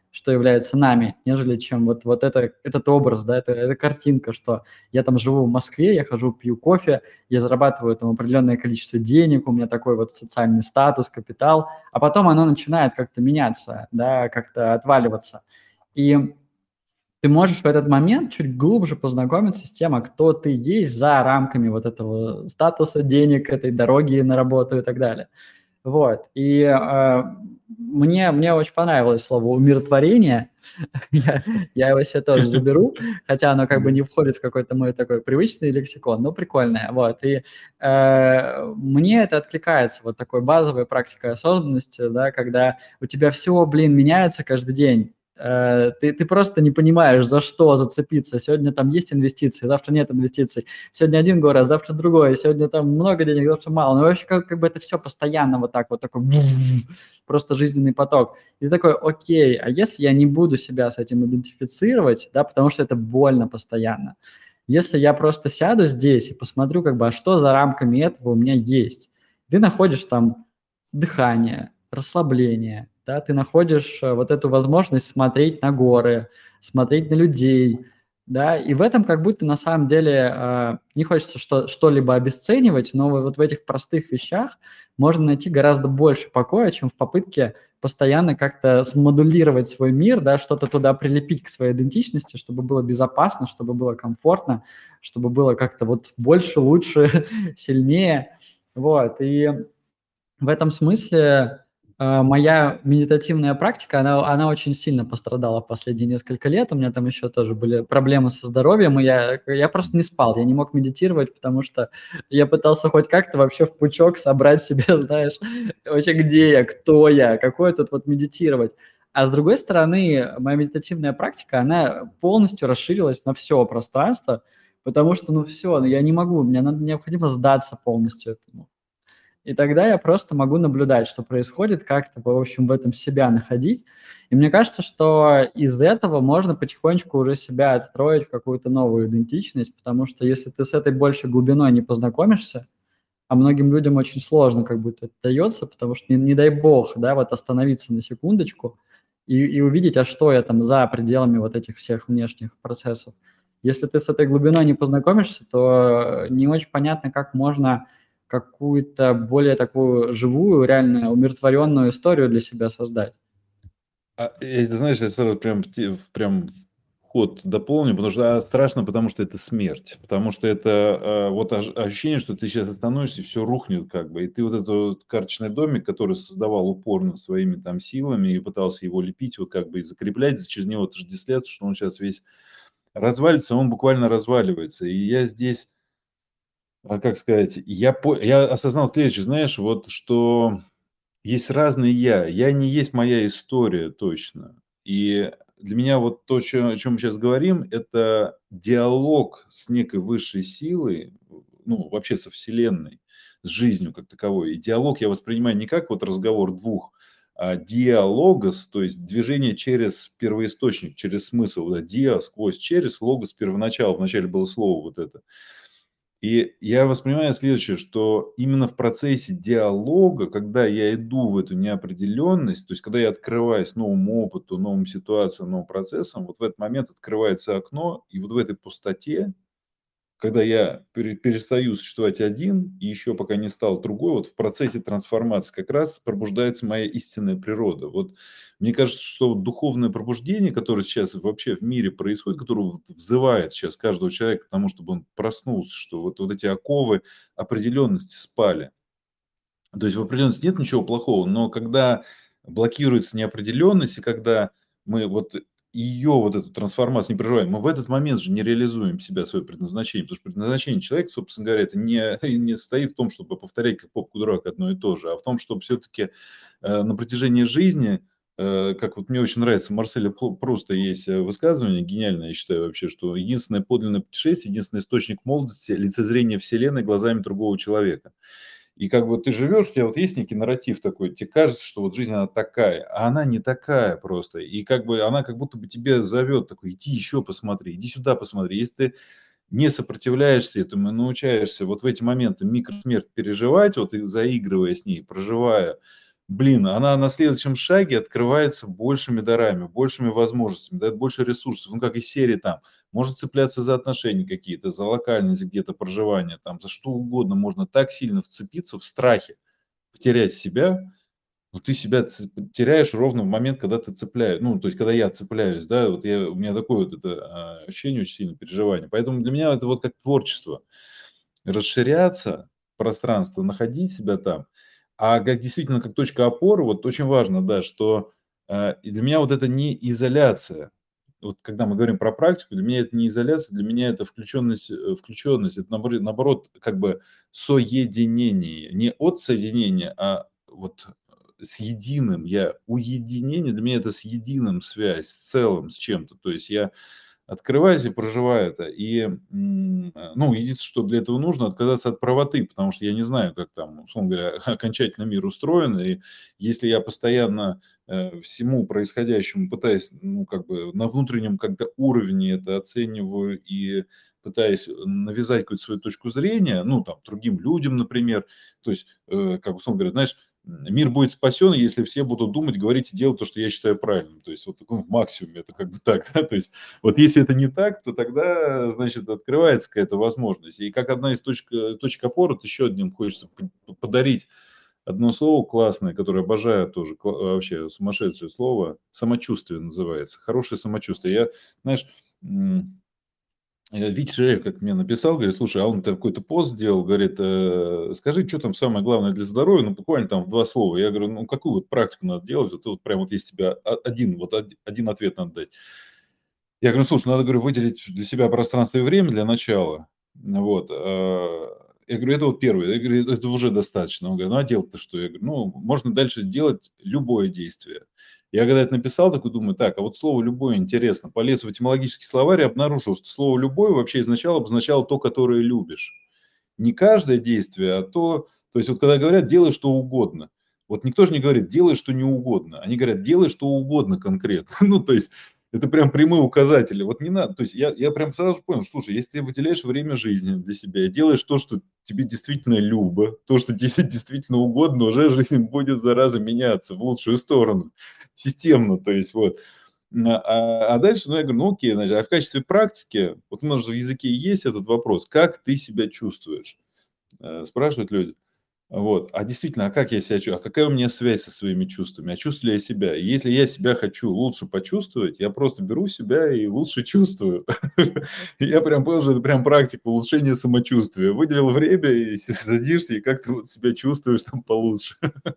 что является нами, нежели чем вот, вот это, этот образ, да, это, это картинка, что я там живу в Москве, я хожу, пью кофе, я зарабатываю там определенное количество денег, у меня такой вот социальный статус, капитал, а потом оно начинает как-то меняться, да, как-то отваливаться. И ты можешь в этот момент чуть глубже познакомиться с тем, а кто ты есть за рамками вот этого статуса, денег, этой дороги на работу и так далее. Вот. И э, мне, мне очень понравилось слово «умиротворение». я, я его себе тоже заберу, хотя оно как бы не входит в какой-то мой такой привычный лексикон, но прикольное. Вот. И э, мне это откликается, вот такой базовой практикой осознанности, да, когда у тебя все, блин, меняется каждый день. Э, ты, ты просто не понимаешь, за что зацепиться. Сегодня там есть инвестиции, завтра нет инвестиций. Сегодня один город, завтра другой. Сегодня там много денег, завтра мало. Ну, вообще, как, как бы это все постоянно вот так вот, такой просто жизненный поток. И ты такой, окей, а если я не буду себя с этим идентифицировать, да, потому что это больно постоянно. Если я просто сяду здесь и посмотрю, как бы, а что за рамками этого у меня есть. Ты находишь там дыхание, расслабление, да, ты находишь э, вот эту возможность смотреть на горы, смотреть на людей, да, и в этом как будто на самом деле э, не хочется что, что-либо обесценивать, но вот в этих простых вещах можно найти гораздо больше покоя, чем в попытке постоянно как-то смодулировать свой мир, да, что-то туда прилепить к своей идентичности, чтобы было безопасно, чтобы было комфортно, чтобы было как-то вот больше, лучше, сильнее, вот, и в этом смысле э, моя медитативная практика, она, она очень сильно пострадала последние несколько лет. У меня там еще тоже были проблемы со здоровьем, и я, я просто не спал, я не мог медитировать, потому что я пытался хоть как-то вообще в пучок собрать себе, знаешь, вообще где я, кто я, какой тут вот медитировать. А с другой стороны, моя медитативная практика, она полностью расширилась на все пространство, потому что, ну все, ну, я не могу, мне надо, необходимо сдаться полностью этому. И тогда я просто могу наблюдать, что происходит, как-то, в общем, в этом себя находить. И мне кажется, что из этого можно потихонечку уже себя отстроить в какую-то новую идентичность, потому что если ты с этой большей глубиной не познакомишься, а многим людям очень сложно как будто это дается, потому что, не, не дай бог, да, вот остановиться на секундочку и, и увидеть, а что я там за пределами вот этих всех внешних процессов. Если ты с этой глубиной не познакомишься, то не очень понятно, как можно какую-то более такую живую, реально умиротворенную историю для себя создать. А, и ты знаешь, я сразу прям, те- в- прям ход дополню, потому что а, страшно, потому что это смерть. Потому что это а, вот ож- ощущение, что ты сейчас остановишься, и все рухнет как бы. И ты вот этот вот карточный домик, который создавал упорно своими там силами и пытался его лепить, вот как бы и закреплять, через него отождествляться, что он сейчас весь развалится, он буквально разваливается. И я здесь, а, как сказать, я, по- я осознал следующее, знаешь, вот что есть разные я. Я не есть моя история точно. И для меня вот то, чё о чем мы сейчас говорим, это диалог с некой высшей силой, ну, вообще со Вселенной, с жизнью как таковой. И диалог я воспринимаю не как вот разговор двух, а диалогос, то есть движение через первоисточник, через смысл. Да, диа сквозь через, логос первоначало, вначале было слово вот это. И я воспринимаю следующее, что именно в процессе диалога, когда я иду в эту неопределенность, то есть когда я открываюсь новому опыту, новым ситуациям, новым процессам, вот в этот момент открывается окно, и вот в этой пустоте, когда я пере- перестаю существовать один, и еще пока не стал другой, вот в процессе трансформации как раз пробуждается моя истинная природа. Вот мне кажется, что вот духовное пробуждение, которое сейчас вообще в мире происходит, которое вот взывает сейчас каждого человека к тому, чтобы он проснулся, что вот, вот эти оковы определенности спали. То есть в определенности нет ничего плохого, но когда блокируется неопределенность, и когда мы вот ее, вот эту трансформацию не проживаем, мы в этот момент же не реализуем себя, свое предназначение. Потому что предназначение человека, собственно говоря, это не, не состоит в том, чтобы повторять как попку дурак одно и то же, а в том, чтобы все-таки э, на протяжении жизни, э, как вот мне очень нравится, Марселя Пру- Пруста есть э, высказывание, гениальное, я считаю вообще, что единственное подлинное путешествие, единственный источник молодости – лицезрение Вселенной глазами другого человека. И как бы ты живешь, у тебя вот есть некий нарратив такой, тебе кажется, что вот жизнь она такая, а она не такая просто. И как бы она как будто бы тебе зовет, такой, иди еще посмотри, иди сюда посмотри. Если ты не сопротивляешься этому и научаешься вот в эти моменты микросмерть переживать, вот и заигрывая с ней, проживая, блин, она на следующем шаге открывается большими дарами, большими возможностями, дает больше ресурсов. Ну, как из серии там, может цепляться за отношения какие-то, за локальность где-то проживания, там, за что угодно. Можно так сильно вцепиться в страхе, потерять себя, но ты себя ц- теряешь ровно в момент, когда ты цепляешь. Ну, то есть, когда я цепляюсь, да, вот я, у меня такое вот это а, ощущение, очень сильное переживание. Поэтому для меня это вот как творчество расширяться, пространство, находить себя там. А как действительно, как точка опоры, вот очень важно, да, что э, и для меня вот это не изоляция. Вот когда мы говорим про практику, для меня это не изоляция, для меня это включенность, э, включенность, это наоборот, наоборот, как бы соединение, не от соединения, а вот с единым. Я уединение, для меня это с единым связь, с целым, с чем-то. То есть я открываюсь и проживаю это. И, м, э, ну, единственное, что для этого нужно, отказаться от правоты, потому что я не знаю, как там, условно говоря, окончательно мир устроен. И если я постоянно э, всему происходящему пытаюсь, ну, как бы на внутреннем как-то уровне это оцениваю и пытаюсь навязать какую-то свою точку зрения, ну, там, другим людям, например, то есть, э, как условно говоря, знаешь, мир будет спасен, если все будут думать, говорить и делать то, что я считаю правильным. То есть вот таком в максимуме это как бы так, да, то есть вот если это не так, то тогда, значит, открывается какая-то возможность. И как одна из точек, э, точек опоры, вот еще одним хочется п- подарить одно слово классное, которое обожаю тоже, кла- вообще сумасшедшее слово, самочувствие называется, хорошее самочувствие. Я, знаешь, м, э, Витя Ширяев как мне написал, говорит, слушай, а он там какой-то пост сделал, говорит, э, скажи, что там самое главное для здоровья, ну, буквально там в два слова. Я говорю, ну, какую вот практику надо делать, вот, вот прям вот если тебя о- один, вот од- один ответ надо дать. Я говорю: "Слушай, надо, говорю, выделить для себя пространство и время для начала". Вот, а, я говорю: "Это вот первое". Я говорю: "Это уже достаточно". Он говорит: "Ну, а делать-то что?" Я говорю: "Ну, можно дальше делать любое действие". Я когда это написал, такой думаю: "Так, а вот слово "любое" интересно". Полез в этимологический словарь и обнаружил, что слово "любое" вообще изначально обозначало то, которое любишь. Не каждое действие, а то то есть вот когда говорят: "Делай что угодно". Вот никто же не говорит: "Делай что не угодно". Они говорят: "Делай что угодно конкретно". Ну, то есть это прям прямые указатели. Вот не надо. То есть я, я прям сразу понял, слушай, если ты выделяешь время жизни для себя и делаешь то, что тебе действительно любо, то, что тебе действительно угодно, уже жизнь будет, зараза, меняться в лучшую сторону. Системно, то есть вот. А, а- а дальше, ну, я говорю, ну, окей, значит, а в качестве практики, вот у нас же в языке есть этот вопрос, как ты себя чувствуешь? Э, Спрашивают люди. Вот. А действительно, а как я себя чувствую? А какая у меня связь со своими чувствами? А чувствую ли я себя? И если я себя хочу лучше почувствовать, я просто беру себя и лучше чувствую. И я прям понял, что это прям практика улучшения самочувствия. Выделил время и с- садишься, и как ты вот себя чувствуешь там получше.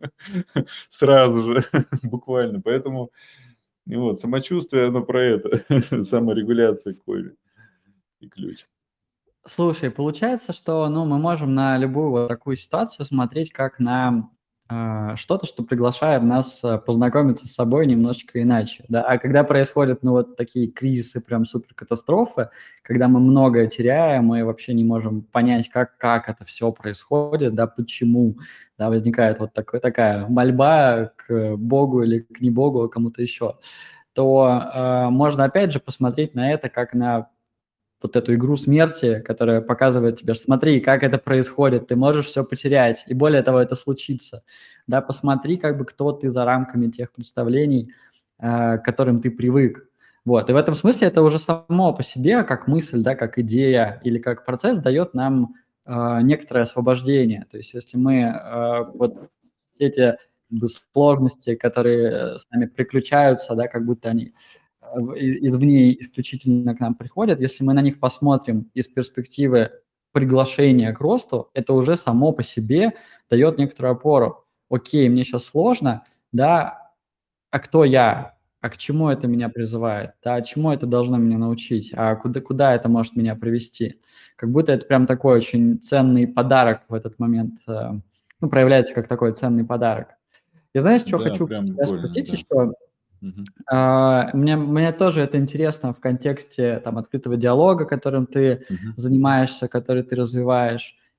Сразу же, буквально. Поэтому и вот, самочувствие, оно про это. Саморегуляция корень и ключ. Слушай, получается, что, ну, мы можем на любую вот такую ситуацию смотреть как на, а, что-то, что приглашает нас, а, познакомиться с собой немножечко иначе, да. А когда происходят, ну, вот такие кризисы, прям суперкатастрофы, когда мы многое теряем и вообще не можем понять, как как это все происходит, да, почему, да, возникает вот такой такая мольба к Богу или к не Богу, а кому-то еще, то, а, можно опять же посмотреть на это как на вот эту игру смерти, которая показывает тебе, что смотри, как это происходит, ты можешь все потерять, и более того, это случится. Да, посмотри, как бы, кто ты за рамками тех представлений, э, к которым ты привык. Вот, и в этом смысле это уже само по себе, как мысль, да, как идея или как процесс, дает нам э, некоторое освобождение. То есть если мы э, вот все эти как бы, сложности, которые э, с нами приключаются, да, как будто они э, в- и- извне исключительно к нам приходят, если мы на них посмотрим из перспективы приглашения к росту, это уже само по себе дает некоторую опору. Окей, мне сейчас сложно, да, а кто я? А к чему это меня призывает? Да, чему это должно меня научить? А куда, куда это может меня привести? Как будто это прям такой очень ценный подарок в этот момент, э, ну, проявляется как такой ценный подарок. И знаешь, что Да, хочу прям тебя прикольно, спросить да. еще? Мгм. А, мне мне тоже это интересно в контексте там открытого диалога, которым ты Мгм. занимаешься, который ты развиваешь.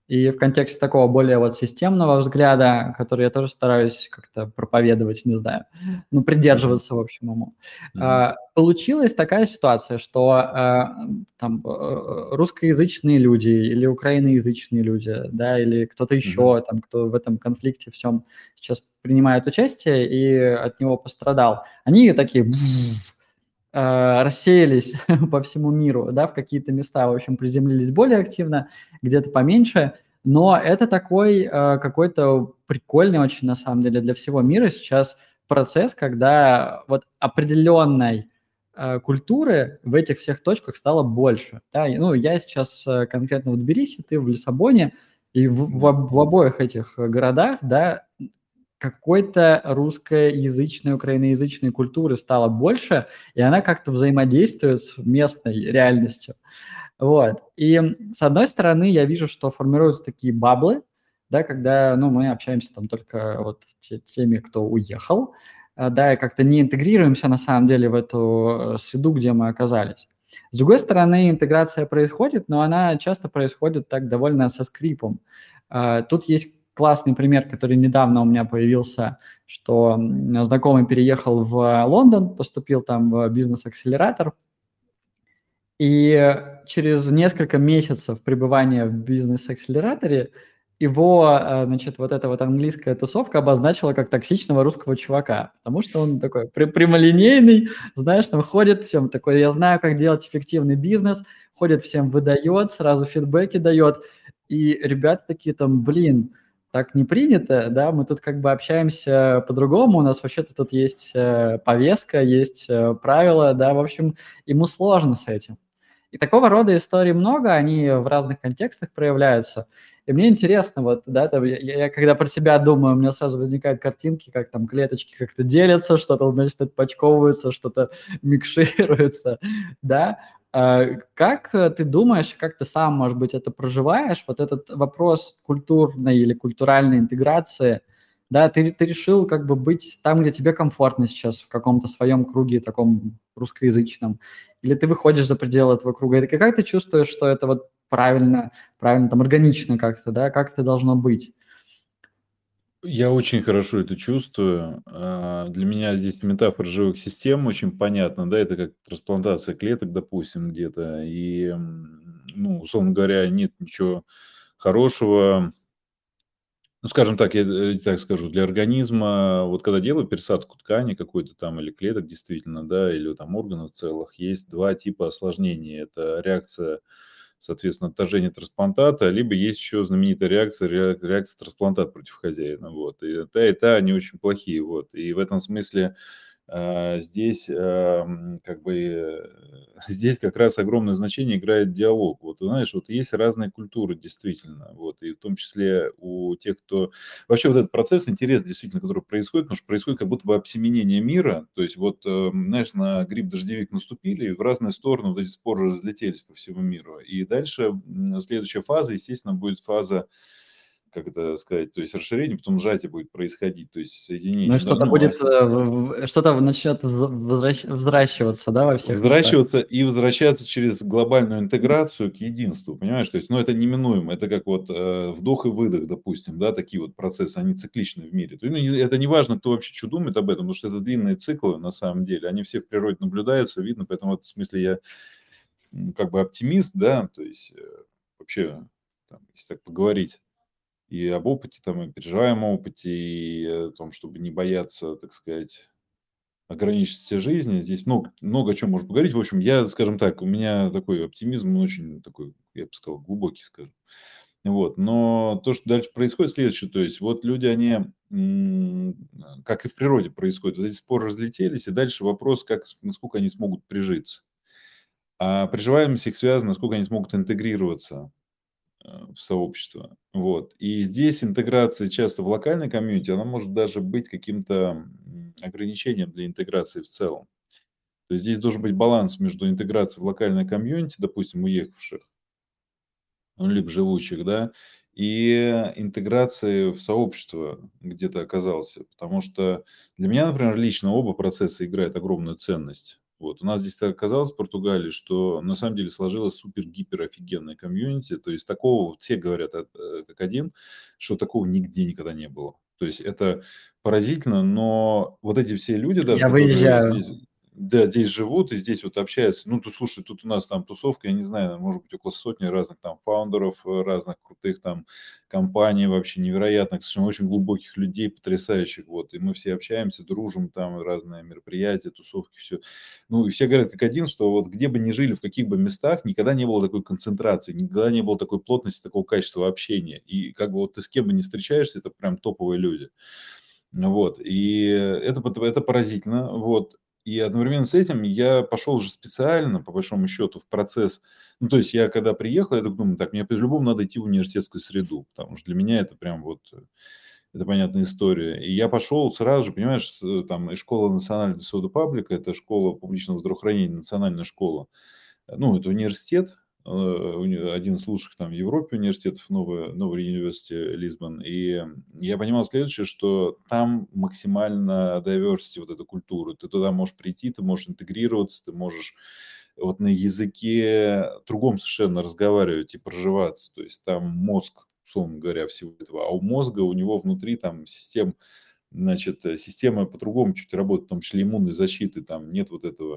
И в контексте такого более вот системного взгляда, который я тоже стараюсь как-то проповедовать, не знаю, ну, Мгм. придерживаться, в общем, ему. Мгм. А, получилась такая ситуация, что, а, там, э, русскоязычные люди или украиноязычные люди, да, или кто-то Мгм. еще там, кто в этом конфликте всем сейчас принимает участие и от него пострадал, они такие э, рассеялись по всему миру, да, в какие-то места, в общем, приземлились более активно, где-то поменьше. Но это такой э, какой-то прикольный очень, на самом деле, для всего мира сейчас процесс, когда вот определенной э, культуры в этих всех точках стало больше. Да. И, ну, я сейчас э, конкретно в Тбилиси, ты в Лиссабоне, и в, в, Да. об- в обоих этих э, городах, да, какой-то русскоязычной, украиноязычной культуры стало больше, и она как-то взаимодействует с местной реальностью. Вот. И с одной стороны, я вижу, что формируются такие баблы, да, когда, ну, мы общаемся там только вот те- теми, кто уехал, а, да, и как-то не интегрируемся на самом деле в эту э, среду, где мы оказались. С другой стороны, интеграция происходит, но она часто происходит так довольно со скрипом. А, Тут есть классный пример, который недавно у меня появился, что м, знакомый переехал в Лондон, поступил там в бизнес-акселератор, и через несколько месяцев пребывания в бизнес-акселераторе его, э, значит, вот эта вот английская тусовка обозначила как токсичного русского чувака, потому что он такой пря- прямолинейный, знаешь, там ходит всем такой, я знаю, как делать эффективный бизнес, ходит всем выдает, сразу фидбэки дает, и ребята такие там, блин, так не принято, да, мы тут как бы общаемся по-другому, у нас вообще-то тут есть э, повестка, есть э, правила, да, в общем, ему сложно с этим. И такого рода историй много, они в разных контекстах проявляются. И мне интересно, вот, да, там, я, я когда про тебя думаю, у меня сразу возникают картинки, как там клеточки как-то делятся, что-то, значит, отпочковывается, что-то микшируется, да. А как э, ты думаешь, как ты сам, может быть, это проживаешь, вот этот вопрос культурной или культуральной интеграции, да, ты, ты решил как бы быть там, где тебе комфортно сейчас, в каком-то своем круге таком русскоязычном, или ты выходишь за пределы этого круга, и как ты чувствуешь, что это вот правильно, правильно, там, органично как-то, да, как это должно быть? Я очень хорошо это чувствую. А, Для меня здесь метафора живых систем очень понятна, да, это как трансплантация клеток, допустим, где-то. И, м, ну, условно говоря, нет ничего хорошего, ну, скажем так, я э, так скажу, для организма, вот когда делают пересадку ткани какой-то там или клеток действительно, да, или там органов целых, есть два типа осложнений. Это реакция, соответственно, отторжение трансплантата, либо есть еще знаменитая реакция, ре- реакция трансплантат против хозяина. Вот. И та, и та, они очень плохие. Вот. И в этом смысле а, здесь, ам, как бы, э, здесь как раз огромное значение играет диалог. Вот, знаешь, вот есть разные культуры действительно, вот, и в том числе у тех, кто... Вообще вот этот процесс интересный действительно, который происходит, потому что происходит как будто бы обсеменение мира, то есть вот, э, знаешь, на гриб-дождевик наступили, и в разные стороны вот эти споры разлетелись по всему миру. И дальше м, следующая фаза, естественно, будет фаза, как это сказать, то есть расширение, потом сжатие будет происходить, то есть Ну и соединение, да, что-то ну, а будет, э, в в что-то начнет возвращ взращиваться, да, во всех местах? Взращиваться и возвращаться через глобальную интеграцию к единству, понимаешь? То есть, ну, это неминуемо. Это как вот э, вдох и выдох, допустим, да, такие вот процессы, они цикличны в мире. То есть, ну, это не важно, кто вообще что думает об этом, потому что это длинные циклы на самом деле. Они все в природе наблюдаются, видно, поэтому в этом смысле я м, как бы оптимист, да, то есть э, вообще, там, если так поговорить и об опыте, там, и переживаемом опыте, и о том, чтобы не бояться, так сказать, ограниченности жизни. Здесь много, много о чем можно поговорить. В общем, я, скажем так, у меня такой оптимизм, он очень такой, я бы сказал, глубокий, скажем. Вот. Но то, что дальше происходит, следующее. То есть, вот люди, они, м, как и в природе происходит, вот эти споры разлетелись, и дальше вопрос, как, с- насколько они смогут прижиться. А приживаемость их связана, насколько они смогут интегрироваться э, в сообщество. Вот. И здесь интеграция часто в локальной комьюнити, она может даже быть каким-то м, ограничением для интеграции в целом. То есть здесь должен быть баланс между интеграцией в локальное комьюнити, допустим, уехавших, ну, либо живущих, да, и интеграцией в сообщество, где ты оказался. Потому что для меня, например, лично оба процесса играют огромную ценность. Вот. У нас здесь так оказалось в Португалии, что на самом деле сложилась супер-гипер офигенная комьюнити. То есть такого, вот все говорят э, э, как один, что такого нигде никогда не было. То есть это поразительно, но вот эти все люди даже, Я которые выезжаю. здесь, да, здесь живут и здесь вот общаются. Ну, ты слушай, тут у нас там тусовка, я не знаю, может быть, около сотни разных там фаундеров, э, разных крутых там компаний, вообще невероятных, совершенно очень глубоких людей, потрясающих. Вот. И мы все общаемся, дружим, там разные мероприятия, тусовки, все. Ну, и все говорят как один, что вот где бы ни жили, в каких бы местах, никогда не было такой концентрации, никогда не было такой плотности, такого качества общения. И как бы вот ты с кем бы ни встречаешься, это прям топовые люди. Вот, и это, пот- это поразительно, вот. И одновременно с этим я пошел уже специально, по большому счету, в процесс. Ну, то есть я когда приехал, я так думаю, так, мне по-любому надо идти в университетскую среду, потому что для меня это прям вот, э, это понятная история. И я пошел сразу же, понимаешь, с, э, там, из школы национальной Сода Паблика, это школа публичного здравоохранения, национальная школа. Ну, это университет, э, уни- один из лучших там в Европе университетов, новый, новый университет Лисбон. И я понимал следующее, что там максимально diversity, вот эта культура. Ты туда можешь прийти, ты можешь интегрироваться, ты можешь вот на языке другом совершенно разговаривать и проживаться. То есть там мозг, условно говоря, всего этого. А у мозга, у него внутри там систем, значит, э, система по-другому чуть работает, в том числе иммунной защиты, там нет вот этого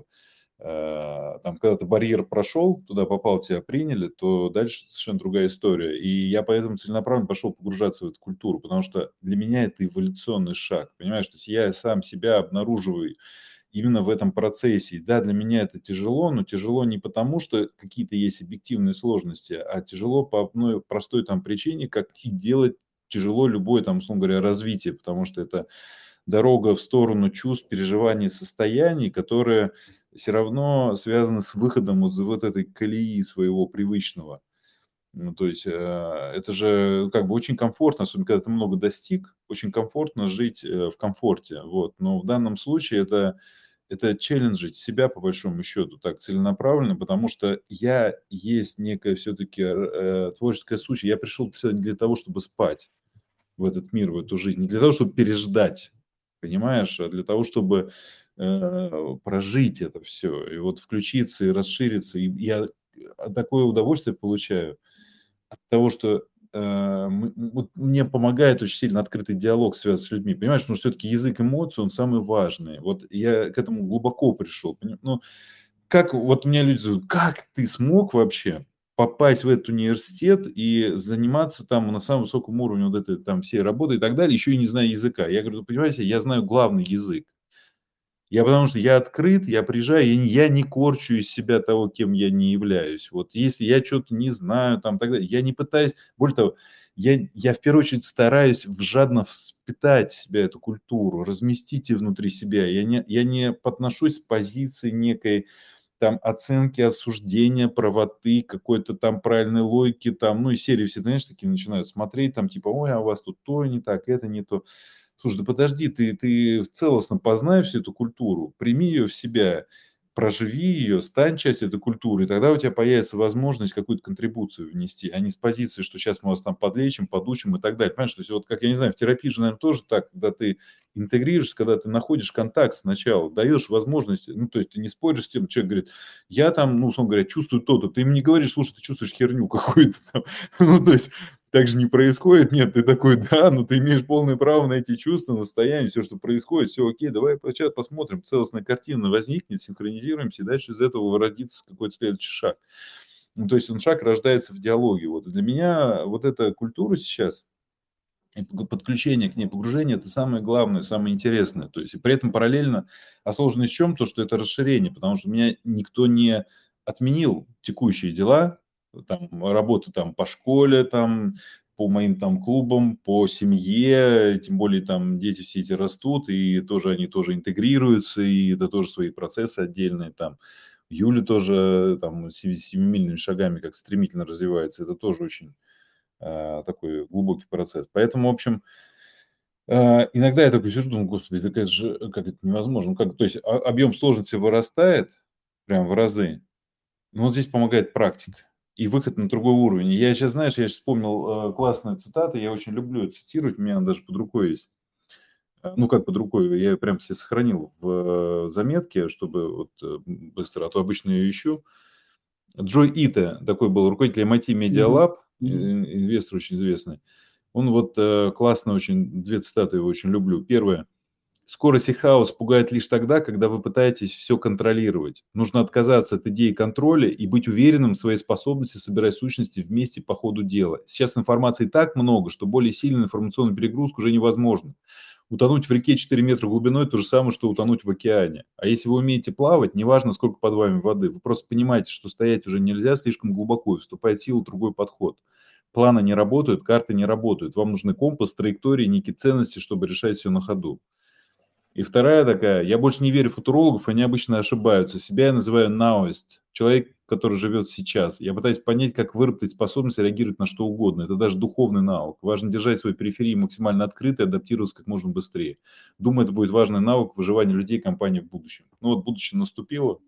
э, там, когда ты барьер прошел, туда попал, тебя приняли, то дальше совершенно другая история. И я поэтому целенаправленно пошел погружаться в эту культуру, потому что для меня это эволюционный шаг, понимаешь? То есть я сам себя обнаруживаю именно в этом процессе. И да, для меня это тяжело, но тяжело не потому, что какие-то есть объективные сложности, а тяжело по одной простой там причине, как и делать тяжело любое там, условно говоря, развитие, потому что это дорога в сторону чувств, переживаний, состояний, которые все равно связаны с выходом из вот этой колеи своего привычного. Ну, то есть, э, это же как бы очень комфортно, особенно когда ты много достиг, очень комфортно жить, э, в комфорте. Вот. Но в данном случае это это челленджить себя, по большому счету, так целенаправленно, потому что я есть некая все-таки, э, творческая сущность. Я пришел сюда не для того, чтобы спать в этот мир, в эту жизнь. Не для того, чтобы переждать, понимаешь, а для того, чтобы э, прожить это все. И вот включиться и расшириться. И я э, такое удовольствие получаю от того, что э, м- м- вот мне помогает очень сильно открытый диалог связан с людьми. Понимаешь, потому что все-таки язык эмоций, он самый важный. Вот я к этому глубоко пришел. поним- Ну, как вот у меня люди зовут: "Как ты смог вообще попасть в этот университет и заниматься там на самом высоком уровне вот этой там всей работы и так далее, еще и не зная языка?" Я говорю: "Ну, понимаете, я знаю главный язык. Я потому что я открыт, я приезжаю, я не я не корчу из себя того, кем я не являюсь. Вот если я что то не знаю там так далее, я не пытаюсь, более того, я я в первую очередь стараюсь в жадно впитать в себя эту культуру, разместить ее внутри себя. Я не я не подношусь с позиции некой там оценки, осуждения, правоты, какой-то там правильной логики, там, ну, и серии все, знаешь, такие начинают смотреть, там, типа, ой, а у вас тут то не так, это не то. Слушай, да подожди, ты, ты целостно познай всю эту культуру, прими ее в себя, проживи ее, стань частью этой культуры, и тогда у тебя появится возможность какую-то контрибуцию внести, а не с позиции, что сейчас мы вас там подлечим, подучим и так далее. Понимаешь, то есть вот как, я не знаю, в терапии же, наверное, тоже так, когда ты интегрируешься, когда ты находишь контакт сначала, даешь возможность, ну, то есть ты не споришь с тем, человек говорит, я там, ну, условно говоря, чувствую то-то, ты им не говоришь, слушай, ты чувствуешь херню какую-то там, ну, то есть так же не происходит, нет, ты такой, да, ну, ты имеешь полное право на эти чувства, настояние, все, что происходит, все окей, давай сейчас посмотрим, целостная картина возникнет, синхронизируемся, и дальше из этого родится какой-то следующий шаг. Ну, то есть он шаг рождается в диалоге. Вот. И для меня вот эта культура сейчас, и пог- подключение к ней, погружение – это самое главное, самое интересное. То есть и при этом параллельно осложность в чем? То, что это расширение, потому что меня никто не отменил текущие дела, там, работы там по школе, там, по моим там клубам, по семье, тем более там дети все эти растут, и тоже они тоже интегрируются, и это тоже свои процессы отдельные там. Юля тоже там семи- семимильными шагами как стремительно развивается, это тоже очень а, такой глубокий процесс. Поэтому, в общем, а, иногда я такой сижу, думаю, господи, так это же, э, как это невозможно. Ну, как, то есть а- объем сложности вырастает прям в разы, но вот здесь помогает практика и выход на другой уровень. И я сейчас, знаешь, я сейчас вспомнил э, классную цитату, я очень люблю цитировать, у меня она даже под рукой есть. Э, ну, как под рукой, я ее прям себе сохранил в, э, заметке, чтобы вот, э, м, быстро, а то обычно ее ищу. Джой Ито такой был руководитель эм ай ти Media Мгм. Lab, э, Мгм. инвестор очень известный. Он вот, э, классно очень, две цитаты его очень люблю. Первое: "Скорость и хаос пугают лишь тогда, когда вы пытаетесь все контролировать. Нужно отказаться от идеи контроля и быть уверенным в своей способности собирать сущности вместе по ходу дела. Сейчас информации так много, что более сильная информационная перегрузка уже невозможна. Утонуть в реке четыре метра глубиной – то же самое, что утонуть в океане. А если вы умеете плавать, неважно, сколько под вами воды, вы просто понимаете, что стоять уже нельзя слишком глубоко, и вступает в силу другой подход. Планы не работают, карты не работают. Вам нужны компас, траектории, некие ценности, чтобы решать все на ходу. И вторая такая: я больше не верю в футурологов, они обычно ошибаются. Себя я называю наоист, человек, который живет сейчас. Я пытаюсь понять, как выработать способность реагировать на что угодно. Это даже духовный навык. Важно держать свои периферии максимально открытой и адаптироваться как можно быстрее. Думаю, это будет важный навык выживания людей и компаний в будущем. Ну вот будущее наступило.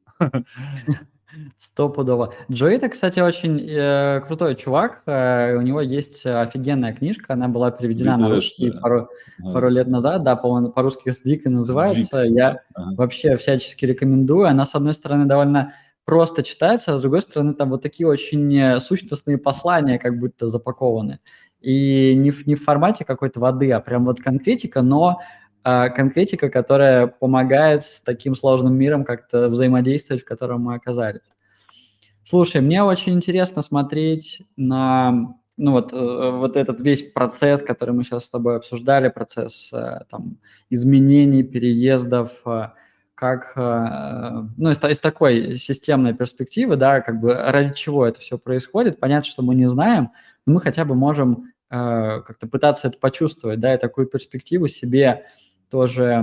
Стопудово. Джоэйда, кстати, очень э, крутой чувак. Э, у него есть офигенная книжка, она была переведена на Whiplash, русский да. пару, пару Ага. лет назад, да, по-моему, по-русски «Сдвиг» и Сдвиг. называется. Я Ага. вообще всячески рекомендую. Она, с одной стороны, довольно просто читается, а с другой стороны, там вот такие очень э, сущностные послания как будто запакованы. И не в, не в формате какой-то воды, а прям вот конкретика, но а, конкретика, которая помогает с таким сложным миром как-то взаимодействовать, в котором мы оказались. Слушай, мне очень интересно смотреть на, ну вот, э, вот этот весь процесс, который мы сейчас с тобой обсуждали, процесс э, там, изменений, переездов, э, как, э, ну, из, та- из такой системной перспективы, да, как бы ради чего это все происходит. Понятно, что мы не знаем, но мы хотя бы можем э, как-то пытаться это почувствовать, да, и такую перспективу себе тоже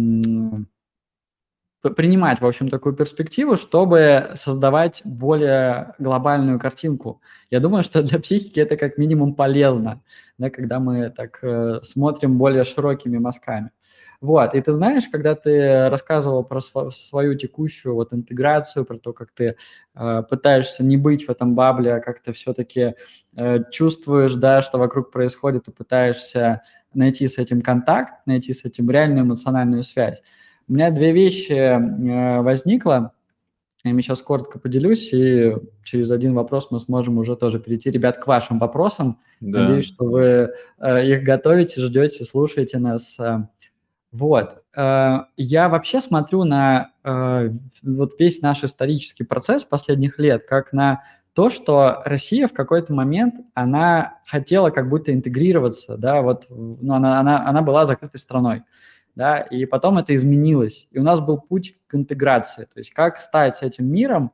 п- принимать, в общем, такую перспективу, чтобы создавать более глобальную картинку. Я думаю, что для психики это как минимум полезно, да, когда мы так э, смотрим более широкими мазками. Вот, и ты знаешь, когда ты рассказывал про сво- свою текущую вот интеграцию, про то, как ты э, пытаешься не быть в этом бабле, а как ты все-таки э, чувствуешь, да, что вокруг происходит, и пытаешься найти с этим контакт, найти с этим реальную эмоциональную связь. У меня две вещи э, возникло. Я ими сейчас коротко поделюсь, и через один вопрос мы сможем уже тоже перейти, ребят, к вашим вопросам. Надеюсь, Да. что вы э, их готовите, ждете, слушаете нас. э. Вот. Э, Я вообще смотрю на э, вот весь наш исторический процесс последних лет как на то, что Россия в какой-то момент, она хотела как будто интегрироваться, да, вот, ну, она, она, она была закрытой страной, да, и потом это изменилось, и у нас был путь к интеграции, то есть как стать с этим миром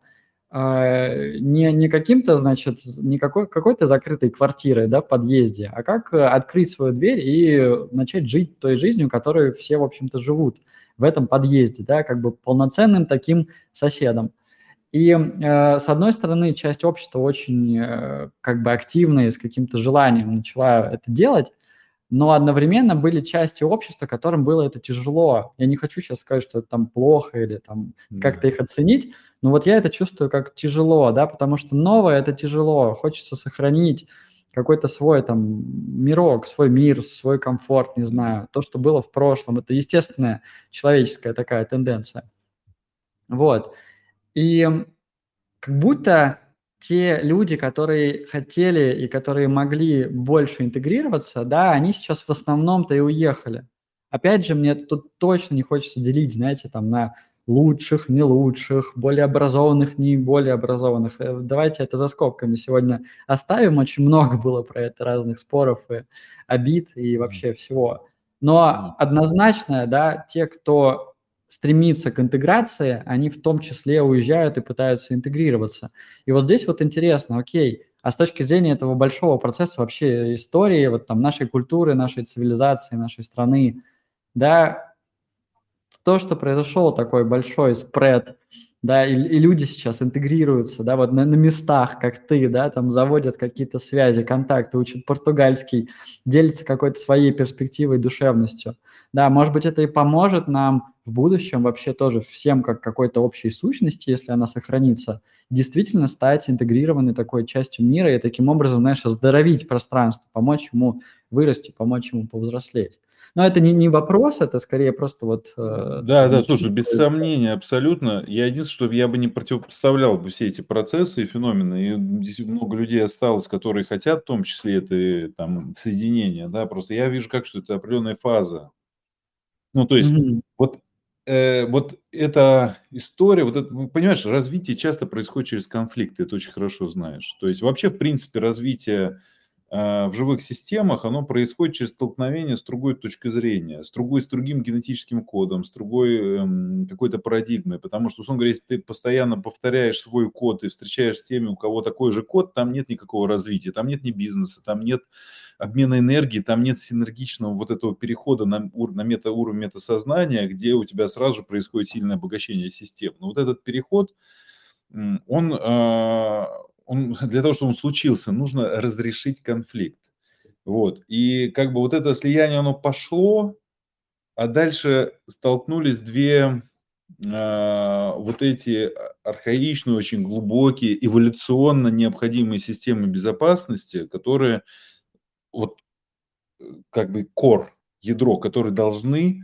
э, не, не каким-то, значит, не какой, какой-то закрытой квартирой, да, в подъезде, а как э, открыть свою дверь и начать жить той жизнью, которой все, в общем-то, живут в этом подъезде, да, как бы полноценным таким соседом. И, э, с одной стороны, часть общества очень, э, как бы активно и с каким-то желанием начала это делать, но одновременно были части общества, которым было это тяжело. Я не хочу сейчас сказать, что это там плохо или там как-то Да. их оценить, но вот я это чувствую как тяжело, да, потому что новое – это тяжело, хочется сохранить какой-то свой там мирок, свой мир, свой комфорт, не Да. знаю, то, что было в прошлом. Это естественная человеческая такая тенденция. Вот. И как будто те люди, которые хотели и которые могли больше интегрироваться, да, они сейчас в основном-то и уехали. Опять же, мне тут точно не хочется делить, знаете, там на лучших, не лучших, более образованных, не более образованных. Э, Давайте это за скобками сегодня оставим. Очень много было про это разных споров и обид и Мгм. вообще всего. Да. Но однозначно, да, те, кто стремится к интеграции, они в том числе уезжают и пытаются интегрироваться. И вот здесь вот интересно, окей, а с точки зрения этого большого процесса вообще истории, вот там нашей культуры, нашей цивилизации, нашей страны, да, то, что произошел такой большой спред, да, и, и люди сейчас интегрируются, да, вот на, на местах, как ты, да, там заводят какие-то связи, контакты, учат португальский, делятся какой-то своей перспективой, душевностью. Да, может быть, это и поможет нам в будущем вообще тоже всем как какой-то общей сущности, если она сохранится, действительно стать интегрированной такой частью мира и таким образом, знаешь, оздоровить пространство, помочь ему вырасти, помочь ему повзрослеть. Но это не, не вопрос, это скорее просто вот э, Да, да, такие слушай, без чувства. сомнения, абсолютно. Я единственное, что я бы не противопоставлял бы все эти процессы и феномены. И действительно много людей осталось, которые хотят в том числе это э, там соединение, да. Просто я вижу как, что это определенная фаза. Ну, то есть Мгм. вот, э, вот эта история, вот это, ну, понимаешь, развитие часто происходит через конфликт, ты это очень хорошо знаешь. То есть вообще, в принципе, развитие а, в живых системах, оно происходит через столкновение с другой точкой зрения, с другой, с другим генетическим кодом, с другой эм, какой-то парадигмой. Потому что, условно говоря, если ты постоянно повторяешь свой код и встречаешь с теми, у кого такой же код, там нет никакого развития, там нет ни бизнеса, там нет обмена энергии, там нет синергичного вот этого перехода на, ур- на мета, уровень метасознания, где у тебя сразу же происходит сильное обогащение систем. Но вот этот переход, м, он, а, он для того, чтобы он случился, нужно разрешить конфликт. Вот. И как бы вот это слияние, оно пошло, а дальше столкнулись две а, вот эти а- архаичные, очень глубокие, эволюционно необходимые системы безопасности, которые вот как бы core, ядро, которые должны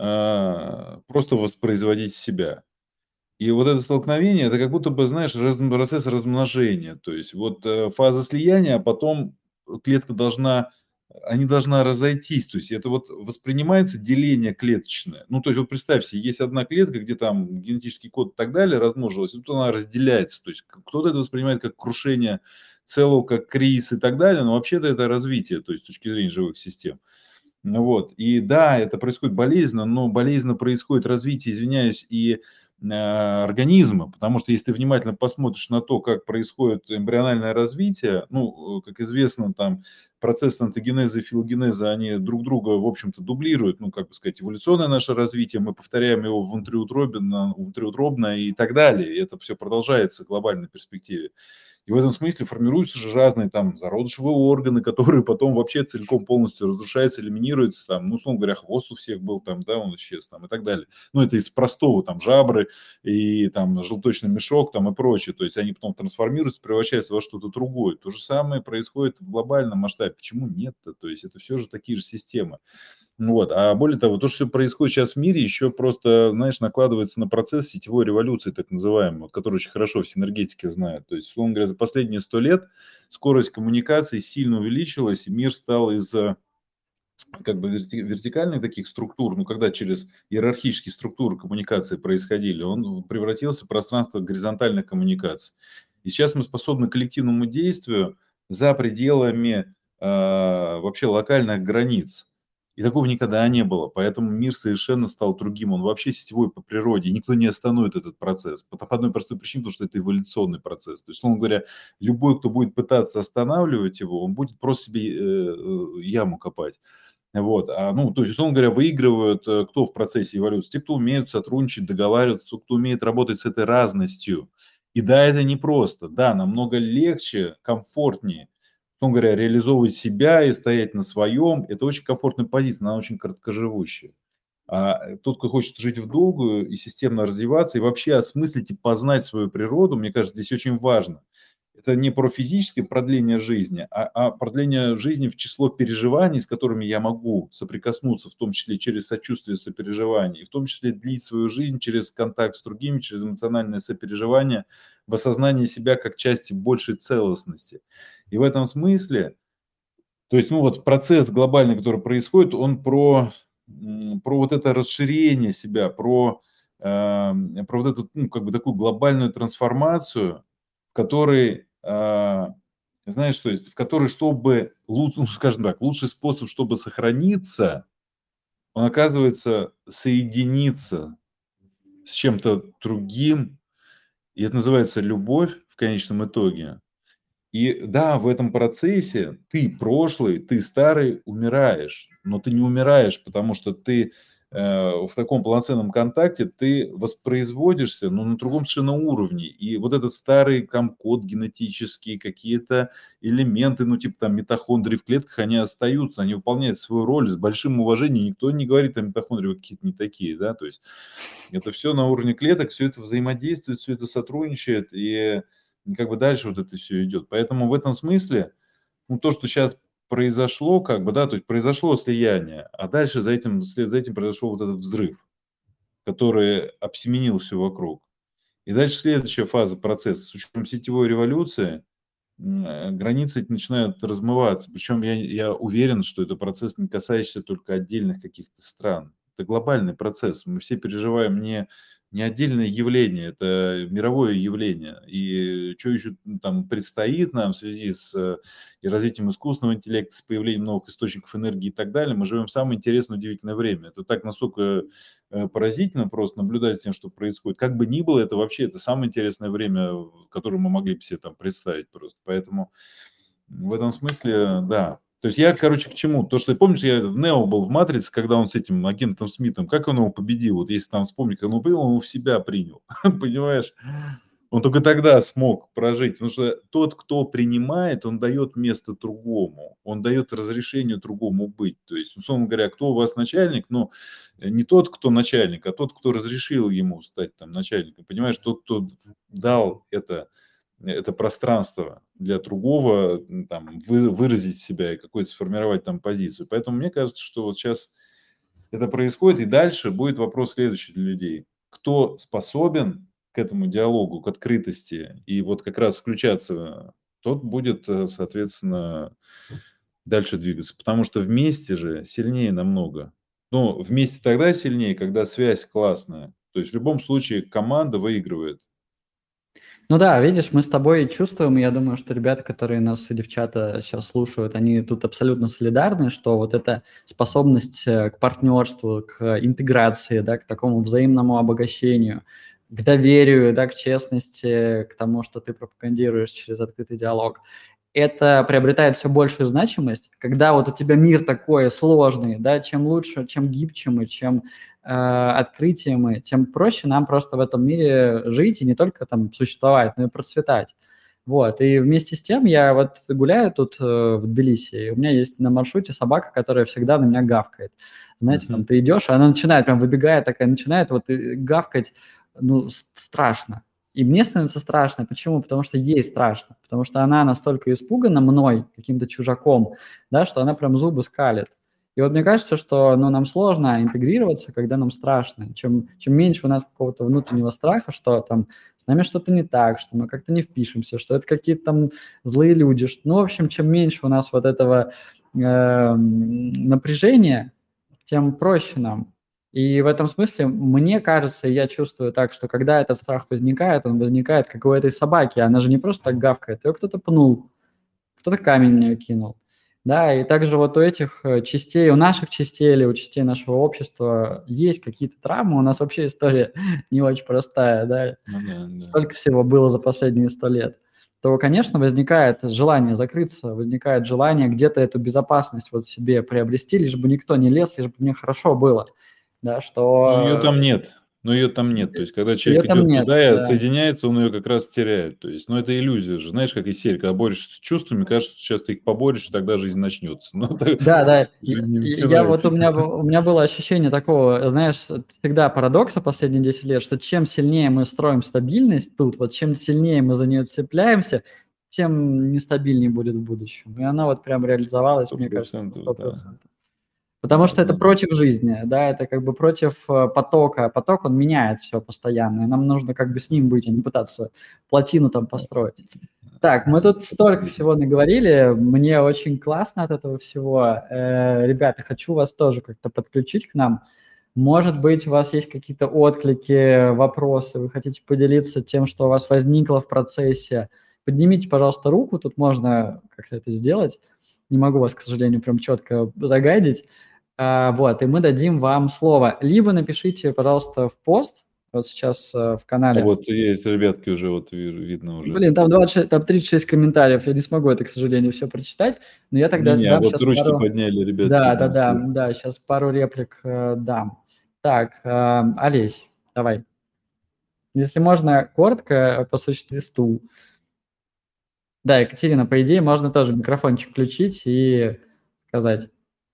а, просто воспроизводить себя. И вот это столкновение, это как будто бы, знаешь, раз- процесс размножения. То есть вот э, фаза слияния, а потом клетка должна, они должна разойтись. То есть это вот воспринимается деление клеточное. Ну, то есть вот представь себе, есть одна клетка, где там генетический код и так далее размножилась, и тут она разделяется. То есть к- кто-то это воспринимает как крушение целого, как кризис и так далее, но вообще-то это развитие, то есть с точки зрения живых систем. Ну вот. И да, это происходит болезненно, но болезненно происходит развитие, извиняюсь, и а, организма, потому что если ты внимательно посмотришь на то, как происходит эмбриональное развитие, ну, э, как известно, там процессы антогенеза и филогенеза, они друг друга, в общем-то, дублируют, ну, как бы сказать, эволюционное наше развитие, мы повторяем его внутриутробно, внутриутробно и так далее, и это все продолжается в глобальной перспективе. И в этом смысле формируются же разные там зародышевые органы, которые потом вообще целиком полностью разрушаются, элиминируются. Там, ну, условно говоря, хвост у всех был там, да, он исчез там и так далее. Ну, это из простого, там, жабры и там желточный мешок там и прочее. То есть они потом трансформируются, превращаются во что-то другое. То же самое происходит в глобальном масштабе. Почему нет-то? То есть это все же такие же системы. Ну вот. А более того, то, что всё происходит сейчас в мире, еще просто, знаешь, накладывается на процесс сетевой революции, так называемой, вот, который очень хорошо в синергетике знают. То есть, условно говоря, за последние сто лет скорость коммуникации сильно увеличилась, и мир стал из э, как бы верти- вертикальных таких структур, ну, когда через иерархические структуры коммуникации происходили, он превратился в пространство горизонтальных коммуникаций. И сейчас мы способны к коллективному действию за пределами а, вообще локальных границ. И такого никогда не было. Поэтому мир совершенно стал другим. Он вообще сетевой по природе. И никто не остановит этот процесс. По по одной простой причине, потому что это эволюционный процесс. То есть, условно говоря, любой, кто будет пытаться останавливать его, он будет просто себе э, э, яму копать. Вот, а, ну, то есть, условно говоря, выигрывают э, кто в процессе эволюции? Те, кто умеют сотрудничать, договариваться, кто умеет работать с этой разностью. И да, это непросто. Да, намного легче, комфортнее, условно говоря, реализовывать себя и стоять на своем. Это очень комфортная позиция, она очень короткоживущая. А тот, кто хочет жить в долгую и системно развиваться, и вообще осмыслить и познать свою природу, мне кажется, здесь очень важно. Это не про физическое продление жизни, а, а продление жизни в число переживаний, с которыми я могу соприкоснуться, в том числе через сочувствие, сопереживание, и в том числе длить свою жизнь через контакт с другими, через эмоциональное сопереживание, в осознании себя как части большей целостности. И в этом смысле, то есть, ну вот процесс глобальный, который происходит, он про, м, про вот это расширение себя, про, эм, про вот эту, ну, как бы такую глобальную трансформацию, в которой, а, знаешь, то есть, в которой, чтобы, лу- ну, скажем так, лучший способ, чтобы сохраниться, он оказывается соединиться с чем-то другим, и это называется любовь в конечном итоге. И да, в этом процессе ты прошлый, ты старый умираешь, но ты не умираешь, потому что ты э, в таком полноценном контакте ты воспроизводишься, но на другом совершенно уровне. И вот этот старый там код генетический, какие-то элементы, ну типа там митохондрии в клетках, они остаются, они выполняют свою роль с большим уважением. Никто не говорит, там митохондрии какие-то не такие, да, то есть это все на уровне клеток, все это взаимодействует, все это сотрудничает, и как бы дальше вот это все идет. Поэтому в этом смысле, ну, то, что сейчас произошло, как бы, да, то есть произошло слияние, а дальше за этим, вслед за этим произошел вот этот взрыв, который обсеменил все вокруг. И дальше следующая фаза процесса. С учетом сетевой революции м, э, границы эти начинают размываться. Причем я, я уверен, что это процесс, не касающийся только отдельных каких-то стран. Это глобальный процесс. Мы все переживаем не, не отдельное явление, это мировое явление. И что еще там предстоит нам в связи с э, и развитием искусственного интеллекта, с появлением новых источников энергии и так далее, мы живем в самое интересное, удивительное время. Это так настолько э, поразительно просто наблюдать за тем, что происходит. Как бы ни было, это вообще это самое интересное время, в- которое мы могли бы себе там представить просто. Поэтому в этом смысле, да. То есть я, короче, к чему? То, что, помнишь, я в Нео был в «Матрице», когда он с этим агентом Смитом, как он его победил? Вот если там вспомнить, как он его победил, он его в себя принял, понимаешь? Он только тогда смог прожить, потому что тот, кто принимает, он дает место другому, он дает разрешение другому быть. То есть, условно говоря, кто у вас начальник, ну, э, не тот, кто начальник, а тот, кто разрешил ему стать там начальником. Понимаешь, тот, кто дал это, это пространство для другого, м, там, вы- выразить себя и какой-то сформировать там позицию. Поэтому мне кажется, что вот сейчас это происходит, и дальше будет вопрос следующий для людей. Кто способен к этому диалогу, к открытости, и вот как раз включаться, тот будет, э, соответственно, дальше двигаться. Потому что вместе же сильнее намного. Ну, вместе тогда сильнее, когда связь классная. То есть в любом случае команда выигрывает. Ну да, видишь, мы с тобой чувствуем, и я думаю, что ребята, которые нас и девчата сейчас слушают, они тут абсолютно солидарны, что вот эта способность э, к партнерству, к интеграции, да, к такому взаимному обогащению, к доверию, да, к честности, к тому, что ты пропагандируешь через открытый диалог, это приобретает все большую значимость, когда вот у тебя мир такой сложный, да, чем лучше, чем гибче мы, чем э, открытие мы, тем проще нам просто в этом мире жить и не только там существовать, но и процветать. Вот, и вместе с тем я вот гуляю тут э, в Тбилиси, и у меня есть на маршруте собака, которая всегда на меня гавкает. Знаете, там Мгм. ты идешь, а она начинает, прям выбегает такая, начинает вот э, гавкать, ну, с- страшно. И мне становится страшно. Почему? Потому что ей страшно. Потому что она настолько испугана мной, каким-то чужаком, да, что она прям зубы скалит. И вот мне кажется, что ну, нам сложно интегрироваться, когда нам страшно. Чем, чем меньше у нас какого-то внутреннего страха, что там с нами что-то не так, что мы как-то не впишемся, что это какие-то там злые люди. Что, ну, в общем, чем меньше у нас вот этого э, напряжения, тем проще нам. И в этом смысле, мне кажется, я чувствую так, что когда этот страх возникает, он возникает, как у этой собаки. Она же не просто так гавкает, ее кто-то пнул, кто-то камень в нее кинул. Да, и также вот у этих э, частей, у наших частей или у частей нашего общества есть какие-то травмы. У нас вообще история не очень простая, да. Ну да, да. Столько всего было за последние сто лет. То, конечно, возникает желание закрыться, возникает желание где-то эту безопасность вот себе приобрести, лишь бы никто не лез, лишь бы мне хорошо было. Да, Ну, ее что там нет. Но ее там нет. То есть, когда ее человек там идет нет, туда и да. отсоединяется, он ее как раз теряет. То есть, ну, это иллюзия же. Знаешь, как из серии, когда борешься с чувствами, кажется, что сейчас ты их поборешь, и тогда жизнь начнется. Но это Да, да. И, же не и я вот начинается. у меня, бу- у меня было ощущение такого, знаешь, всегда парадокса последние десять лет, что чем сильнее мы строим стабильность тут, вот чем сильнее мы за нее цепляемся, тем нестабильнее будет в будущем. И она вот прям реализовалась, Сто мне кажется, на процентов, сто да. процентов. Потому Да, что это однозначно. против жизни, да, это как бы против э, потока. Поток, он меняет все постоянно, и нам нужно как бы с ним быть, а не пытаться плотину там построить. Так, мы тут столько Абсолютно. всего наговорили, мне очень классно от этого всего. Э, ребята, хочу вас тоже как-то подключить к нам. Может быть, у вас есть какие-то отклики, вопросы, вы хотите поделиться тем, что у вас возникло в процессе. Поднимите, пожалуйста, руку, тут можно как-то это сделать. Не могу вас, к сожалению, прям четко загайдить. А, вот, и мы дадим вам слово. Либо напишите, пожалуйста, в пост, вот сейчас э, в А канале. вот есть ребятки уже, вот ви- видно уже. Блин, там двадцать шесть, там тридцать шесть комментариев, я не смогу это, к сожалению, все прочитать, но я тогда Не-не, а дам вот сейчас ручки пару... подняли ребятки Да, да, там. да, слева. да, сейчас пару реплик э, дам. Так, э, Олесь, давай. Если можно, коротко э, по существу. Да, Екатерина, по идее, можно тоже микрофончик включить и сказать.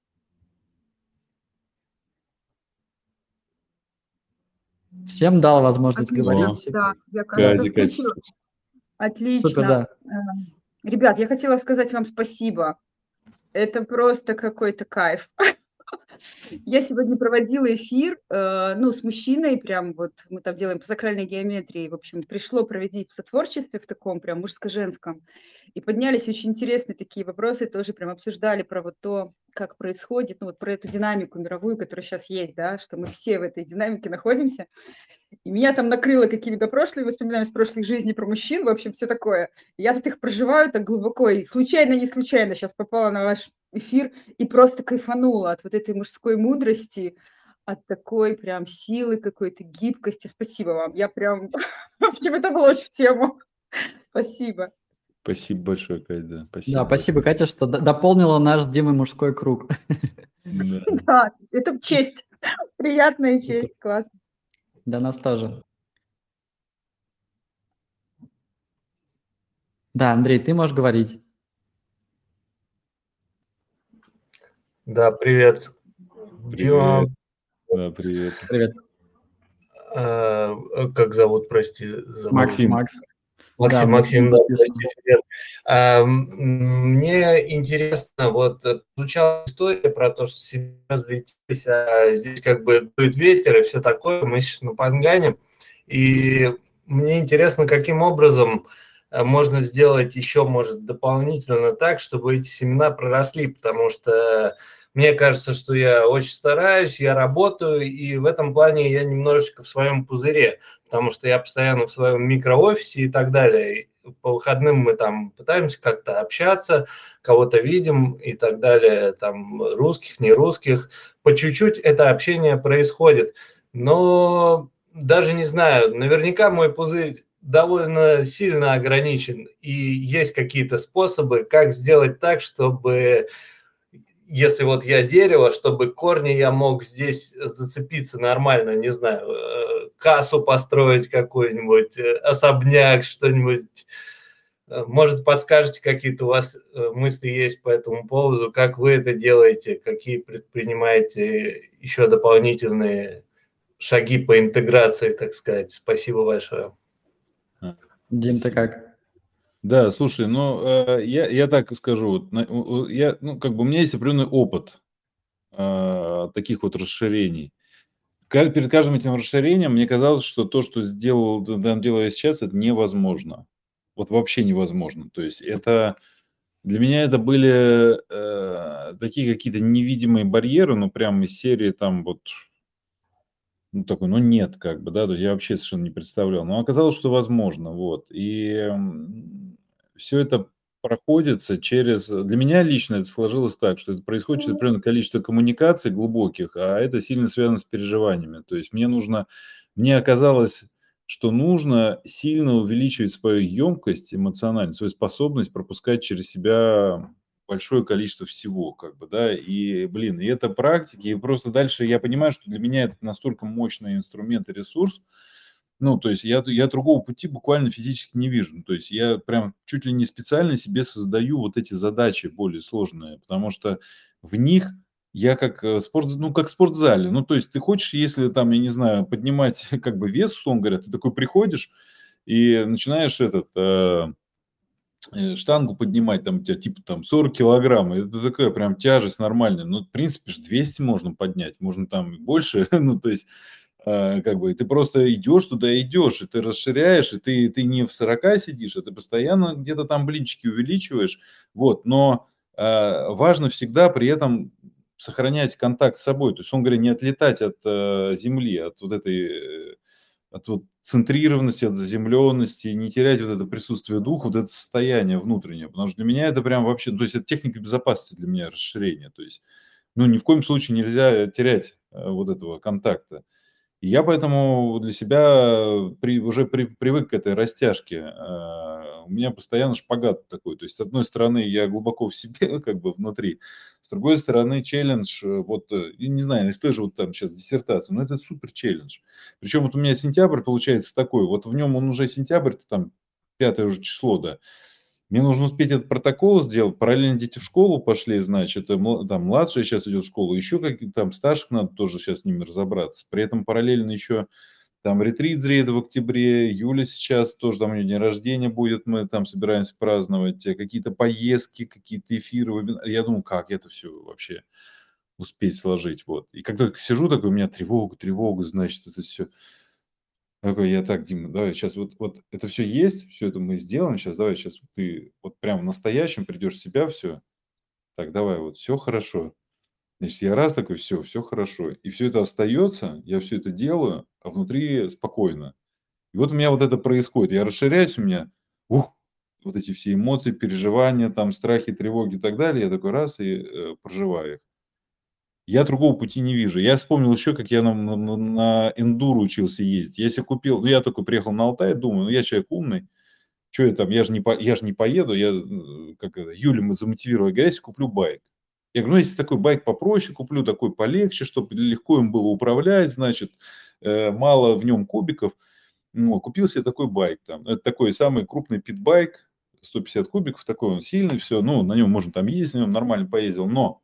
Всем дал возможность О, Отлично, говорить. да, я, Да, кажется, Катя, Катя. включила. супер, Отлично. да. Э, Ребят, я хотела сказать вам спасибо Это просто какой-то кайф. Я сегодня проводила эфир, э, ну, с мужчиной, прям вот мы там делаем по сакральной геометрии. В общем, пришло проводить в сотворчестве в таком прям мужско-женском. И поднялись очень интересные такие вопросы, тоже прям обсуждали про вот то, как происходит, ну, вот про эту динамику мировую, которая сейчас есть, да, что мы все в этой динамике находимся. И меня там накрыло какими-то прошлыми воспоминаниями с прошлых жизней про мужчин, в общем, все такое. И я тут их проживаю так глубоко, и случайно, не случайно сейчас попала на ваш эфир и просто кайфанула от вот этой мужской мудрости, от такой прям силы какой-то, гибкости. Спасибо вам. Я прям, в общем, это было очень в тему. Спасибо. Спасибо большое, Кать, да, Да, спасибо. спасибо, Катя, что д- дополнила наш с Димой мужской круг. Да. Да, это честь. Приятная Супер. честь. Класс. Для нас тоже. Да, Андрей, ты можешь говорить. Да, привет. Дима, Привет. Да, привет. Привет. э, как зовут, прости, забыл. Максим. Макс. Максим, Да, Максим, Максим да, написано. прости, привет. А, м, Мне интересно, вот э, звучала история про то, что семья разлетелись, а здесь как бы дует ветер и все такое, мы сейчас на Пангане, и мне интересно, каким образом э, можно сделать еще, может, дополнительно так, чтобы эти семена проросли, потому что мне кажется, что я очень стараюсь, я работаю, и в этом плане я немножечко в своем пузыре, потому что я постоянно в своем микроофисе и так далее. И по выходным мы там пытаемся как-то общаться, кого-то видим и так далее, там русских, не русских. По чуть-чуть это общение происходит. Но даже не знаю, наверняка мой пузырь довольно сильно ограничен, и есть какие-то способы, как сделать так, чтобы, если вот я дерево, чтобы корни я мог здесь зацепиться нормально, не знаю, э, кассу построить какой-нибудь, э, особняк, что-нибудь. Э, Может, подскажете, какие-то у вас э, мысли есть по этому поводу, как вы это делаете, какие предпринимаете еще дополнительные шаги по интеграции, так сказать. Спасибо большое. Дим, ты Спасибо. как? Да, слушай, ну, э, я, я так скажу, вот, на- у- у- я, ну, как бы у меня есть определенный опыт э, таких вот расширений. Ка- Перед каждым этим расширением мне казалось, что то, что сделал, д- да, делаю я сейчас, это невозможно. Вот вообще невозможно. То есть это для меня это были э, такие какие-то невидимые барьеры, ну, прям из серии там вот, ну, такой, ну, нет, как бы, да, то есть я вообще совершенно не представлял. Но оказалось, что возможно, вот. И все это проходится через... Для меня лично это сложилось так, что это происходит через определенное количество коммуникаций глубоких, а это сильно связано с переживаниями. То есть мне нужно... Мне оказалось, что нужно сильно увеличивать свою емкость эмоциональную, свою способность пропускать через себя большое количество всего, как бы, да, и, блин, и это практики, и просто дальше я понимаю, что для меня это настолько мощный инструмент и ресурс, ну, то есть я, я другого пути буквально физически не вижу, то есть я прям чуть ли не специально себе создаю вот эти задачи более сложные, потому что в них я как э, спорт, ну, как в спортзале, ну, то есть ты хочешь, если там, я не знаю, поднимать как бы вес, условно говоря, ты такой приходишь и начинаешь этот... э, э, штангу поднимать, там у тебя типа там сорок килограмм, и это такая прям тяжесть нормальная. Ну, в принципе, ж двести можно поднять, можно там и больше, ну, то есть, а, как бы, и ты просто идешь туда, идешь, и ты расширяешь, и ты, ты не в сорока сидишь, а ты постоянно где-то там блинчики увеличиваешь, вот, но а, важно всегда при этом сохранять контакт с собой, то есть, он говорит, не отлетать от э, земли, от вот этой э, от вот центрированности, от заземленности, не терять вот это присутствие духа, вот это состояние внутреннее. Потому что для меня это прям вообще, то есть это техника безопасности для меня, расширение. То есть, ну, ни в коем случае нельзя терять э, вот этого контакта. И я поэтому для себя при, уже при, привык к этой растяжке. А, У меня постоянно шпагат такой. То есть, с одной стороны, я глубоко в себе, как бы внутри. С другой стороны, челлендж, э, вот, э, я не знаю, если тоже вот там сейчас диссертация, но это супер челлендж. Причем вот у меня сентябрь получается такой, вот в нем он уже сентябрь, там пятое уже число, да. Мне нужно успеть этот протокол сделать. Параллельно дети в школу пошли, значит, э, мла- там младшая сейчас идет в школу, еще какие-то там старших надо тоже сейчас с ними разобраться. При этом параллельно еще Там ретрит зреет в октябре, Юля сейчас тоже, там у нее день рождения будет, мы там собираемся праздновать, э, какие-то поездки, какие-то эфиры, вебинары. Я думаю, как это все вообще успеть сложить, вот. И когда сижу такой, у меня тревога, тревога, значит, это все. Такой, я так, Дима, давай сейчас вот, вот это все есть, все это мы сделаем сейчас, давай сейчас ты вот прям в настоящем придешь в себя, все, так, давай, вот все хорошо. Значит, я раз такой, все, все хорошо. И все это остается, я все это делаю, а внутри спокойно. И вот у меня вот это происходит. Я расширяюсь, у меня, ух, вот эти все эмоции, переживания, там, страхи, тревоги и так далее. Я такой раз и э, проживаю их. Я другого пути не вижу. Я вспомнил еще, как я на, на, на- на эндуро учился ездить. Я себе купил, ну, я такой приехал на Алтай, думаю, ну, я человек умный, что я там, я же не, по, я же не поеду, я, э, как это, Юля мы замотивировали, говорю, я себе куплю байк. Я говорю, ну, если такой байк попроще, куплю такой полегче, чтобы легко им было управлять, значит, э, мало в нем кубиков. Ну, купил себе такой байк там. Это такой самый крупный питбайк, сто пятьдесят кубиков, такой он сильный, все, ну, на нем можно там ездить, на нем нормально поездил, но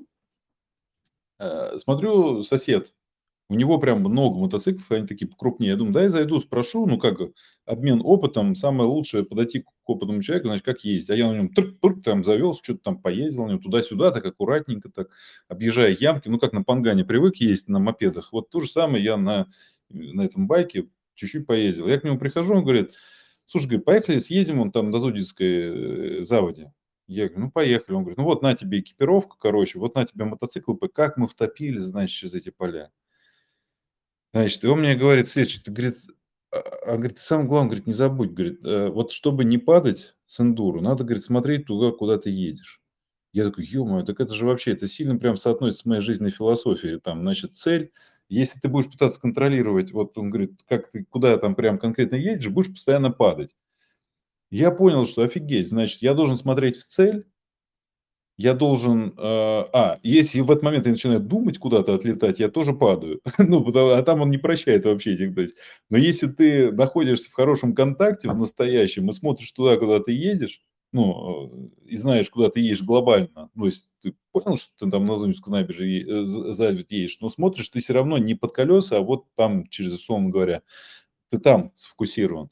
э, смотрю, сосед, у него прям много мотоциклов, они такие крупнее. Я думаю, дай зайду, спрошу, ну как, обмен опытом, самое лучшее подойти к опытному человеку, значит, как ездить. А я на нем трк-пырк там завел, что-то там поездил, на нем туда-сюда, так аккуратненько, так объезжая ямки, ну как на Пангане привык ездить на мопедах. Вот то же самое я на, на этом байке чуть-чуть поездил. Я к нему прихожу, он говорит, слушай, говорит, поехали съездим, он там до Зудинской э, заводе. Я говорю, ну поехали. Он говорит, ну вот на тебе экипировка, короче, вот на тебе мотоцикл, как мы втопили, значит, через эти поля. Значит, и он мне говорит следующее, ты, говорит, а, а, говорит, самое главное, говорит, не забудь, говорит, э, вот чтобы не падать с эндуро, надо, говорит, смотреть туда, куда ты едешь. Я такой, ё-моё, так это же вообще, это сильно прям соотносится с моей жизненной философией. Там, значит, цель, если ты будешь пытаться контролировать, вот он говорит, как ты, куда там прям конкретно едешь, будешь постоянно падать. Я понял, что офигеть, значит, я должен смотреть в цель, я должен, э, а, если в этот момент я начинаю думать куда-то отлетать, я тоже падаю. Ну, потому- а там он не прощает вообще этих, то есть. Но если ты находишься в хорошем контакте, в настоящем, и смотришь туда, куда ты едешь, ну, э, и знаешь, куда ты едешь глобально, ну, если ты понял, что ты там на Зуневской набережной е- э, з- за- едешь, но смотришь ты все равно не под колеса, а вот там, через, условно говоря, ты там сфокусирован.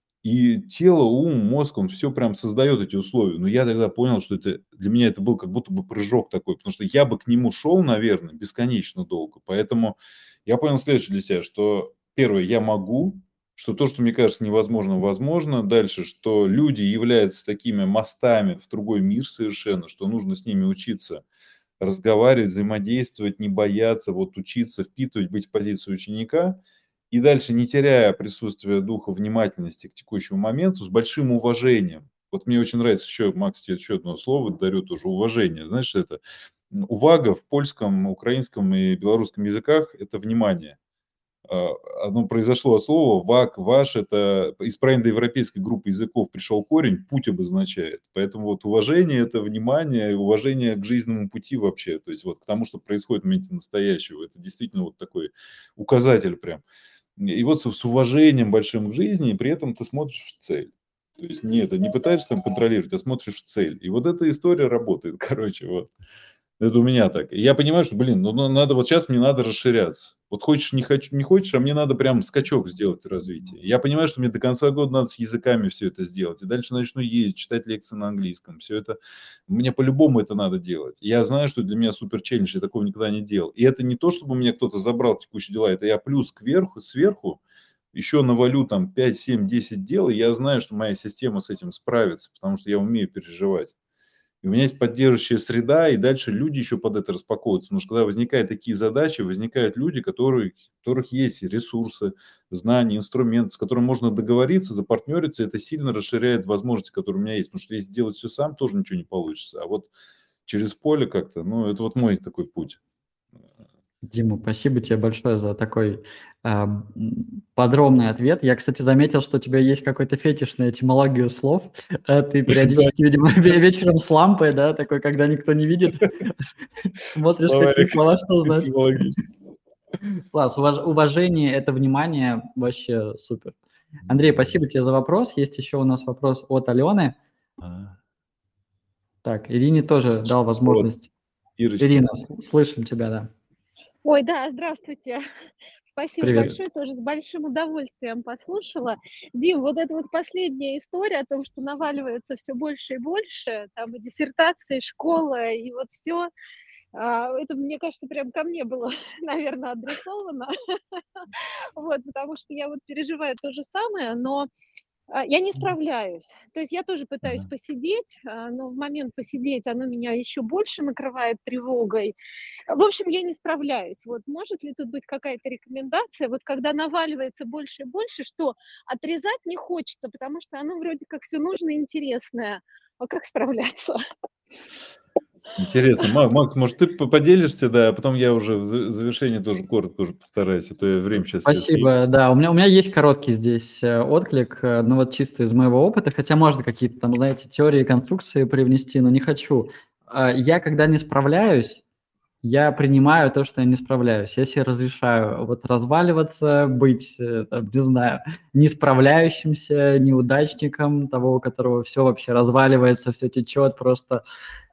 И тело, ум, мозг, он все прям создает эти условия. Но я тогда понял, что это для меня это был как будто бы прыжок такой, потому что я бы к нему шел, наверное, бесконечно долго. Поэтому я понял следующее для себя, что первое, я могу, что то, что мне кажется невозможным, возможно. Дальше, что люди являются такими мостами в другой мир совершенно, что нужно с ними учиться разговаривать, взаимодействовать, не бояться, вот учиться, впитывать, быть в позиции ученика. И дальше, не теряя присутствия духа, внимательности к текущему моменту, с большим уважением. Вот мне очень нравится еще, Макс, тебе еще одно слово дарю тоже, уважение. Знаешь, что это? Увага в польском, украинском и белорусском языках – это внимание. А, Оно произошло от слова «вак», «ваш». Это из проиндоевропейской группы языков пришел корень, «путь» обозначает. Поэтому вот уважение – это внимание, уважение к жизненному пути вообще. То есть вот к тому, что происходит в моменте настоящего. Это действительно вот такой указатель прям. И вот с с уважением большим к жизни, и при этом ты смотришь в цель. То есть не это, не пытаешься там контролировать, а смотришь в цель. И вот эта история работает, короче, вот. Это у меня так. И я понимаю, что, блин, ну ну, надо вот сейчас мне надо расширяться. Вот хочешь, не хочу, не хочешь, а мне надо прям скачок сделать в развитии. Я понимаю, что мне до конца года надо с языками все это сделать. И дальше начну ездить, читать лекции на английском. Все это, мне по-любому это надо делать. Я знаю, что для меня супер челлендж, я такого никогда не делал. И это не то, чтобы мне кто-то забрал текущие дела, это я плюс кверху, сверху, еще навалю там пять, семь, десять дел, и я знаю, что моя система с этим справится, потому что я умею переживать. И у меня есть поддерживающая среда, и дальше люди еще под это распаковываются. Потому что когда возникают такие задачи, возникают люди, которые, у которых есть ресурсы, знания, инструменты, с которыми можно договориться, запартнериться. Это сильно расширяет возможности, которые у меня есть. Потому что если делать все сам, тоже ничего не получится. А вот через поле как-то, ну, это вот мой такой путь. Дима, спасибо тебе большое за такой а, м, подробный ответ. Я, кстати, заметил, что у тебя есть какой-то фетиш на этимологию слов. Э, Ты периодически, видимо, ве- вечером с лампой, да, такой, когда никто не видит, смотришь, какие Словарик слова, что значит. этимологический. Класс, уваж- уважение – это внимание, вообще супер. Андрей, спасибо тебе за вопрос. Есть еще у нас вопрос от Алены. А, Так, Ирине тоже дал Вот, возможность. Ирочка. Ирина, с- слышим тебя, да. Ой, да, здравствуйте. Спасибо Привет. большое, тоже с большим удовольствием послушала. Дим, вот эта вот последняя история о том, что наваливается все больше и больше, там и диссертации, и школа, и вот все, это, мне кажется, прям ко мне было, наверное, адресовано. Вот, потому что я вот переживаю то же самое, но а, я не справляюсь. То есть я тоже пытаюсь Ага. посидеть, а, но в момент посидеть оно меня еще больше накрывает тревогой. В общем, я не справляюсь. Вот может ли тут быть какая-то рекомендация, вот когда наваливается больше и больше, что отрезать не хочется, потому что оно вроде как все нужное и интересное. А как справляться? Интересно. Ма- Макс, может, ты по- поделишься, да, а потом я уже в за- завершение тоже коротко уже постараюсь, а то я время сейчас все съем. Спасибо, да. У меня, у меня есть короткий здесь э, отклик, э, ну вот чисто из моего опыта, хотя можно какие-то там, знаете, теории, конструкции привнести, но не хочу. А, Я, когда не справляюсь, я принимаю то, что я не справляюсь. Я себе разрешаю вот разваливаться, быть, э, там, не знаю, не справляющимся, неудачником, того, у которого все вообще разваливается, все течет просто.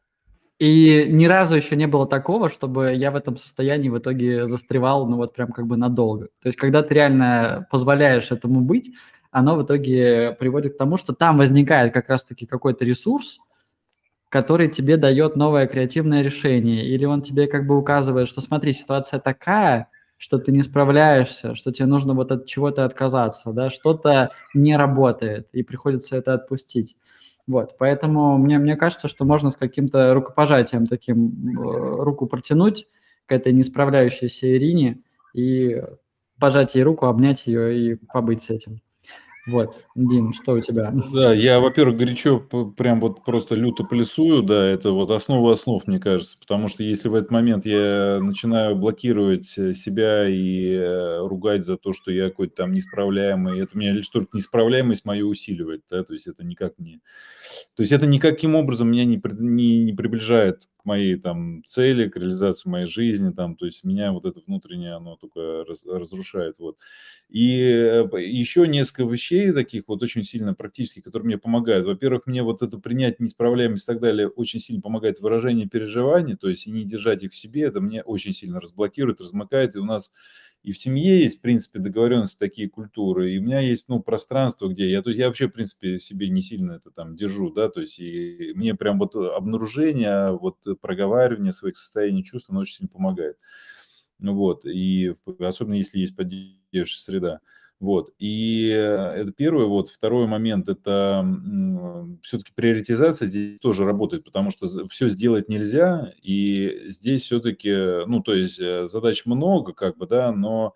И ни разу еще не было такого, чтобы я в этом состоянии в итоге застревал, ну вот прям как бы надолго. То есть когда ты реально позволяешь этому быть, оно в итоге приводит к тому, что там возникает как раз-таки какой-то ресурс, который тебе дает новое креативное решение. Или он тебе как бы указывает, что смотри, ситуация такая, что ты не справляешься, что тебе нужно вот от чего-то отказаться, да, что-то не работает, и приходится это отпустить. Вот, поэтому мне, мне кажется, что можно с каким-то рукопожатием таким э, руку протянуть к этой не справляющейся Ирине и пожать ей руку, обнять ее и побыть с этим. Вот, Дим, что у тебя? Да, я, во-первых, горячо п- прям вот просто люто плюсую, да, это вот основа основ, мне кажется, потому что если в этот момент я начинаю блокировать э, себя и э, ругать за то, что я какой-то там несправляемый, это меня лишь только несправляемость мою усиливает, да, то есть это никак не... То есть это никаким образом меня не, при- не, не приближает к моей там цели, к реализации моей жизни, там, то есть меня вот это внутреннее, оно только раз- разрушает, вот. И э, п- еще несколько вещей таких вот очень сильно практических, которые мне помогают. Во-первых, мне вот это принять несправляемость и так далее очень сильно помогает выражение переживаний, то есть и не держать их в себе, это мне очень сильно разблокирует, размыкает. И у нас и в семье есть, в принципе, договоренности такие культуры, и у меня есть, ну, пространство, где я, то есть я вообще, в принципе, себе не сильно это там держу, да, то есть и мне прям вот обнаружение, вот проговаривание своих состояний чувств, оно очень сильно помогает. Ну вот, и в особенно если есть поддерживающая среда. Вот, и э, это первый. Вот. Второй момент – это все-таки приоритизация здесь тоже работает, потому что все сделать нельзя, и здесь все-таки, ну, то есть э, задач много, как бы, да, но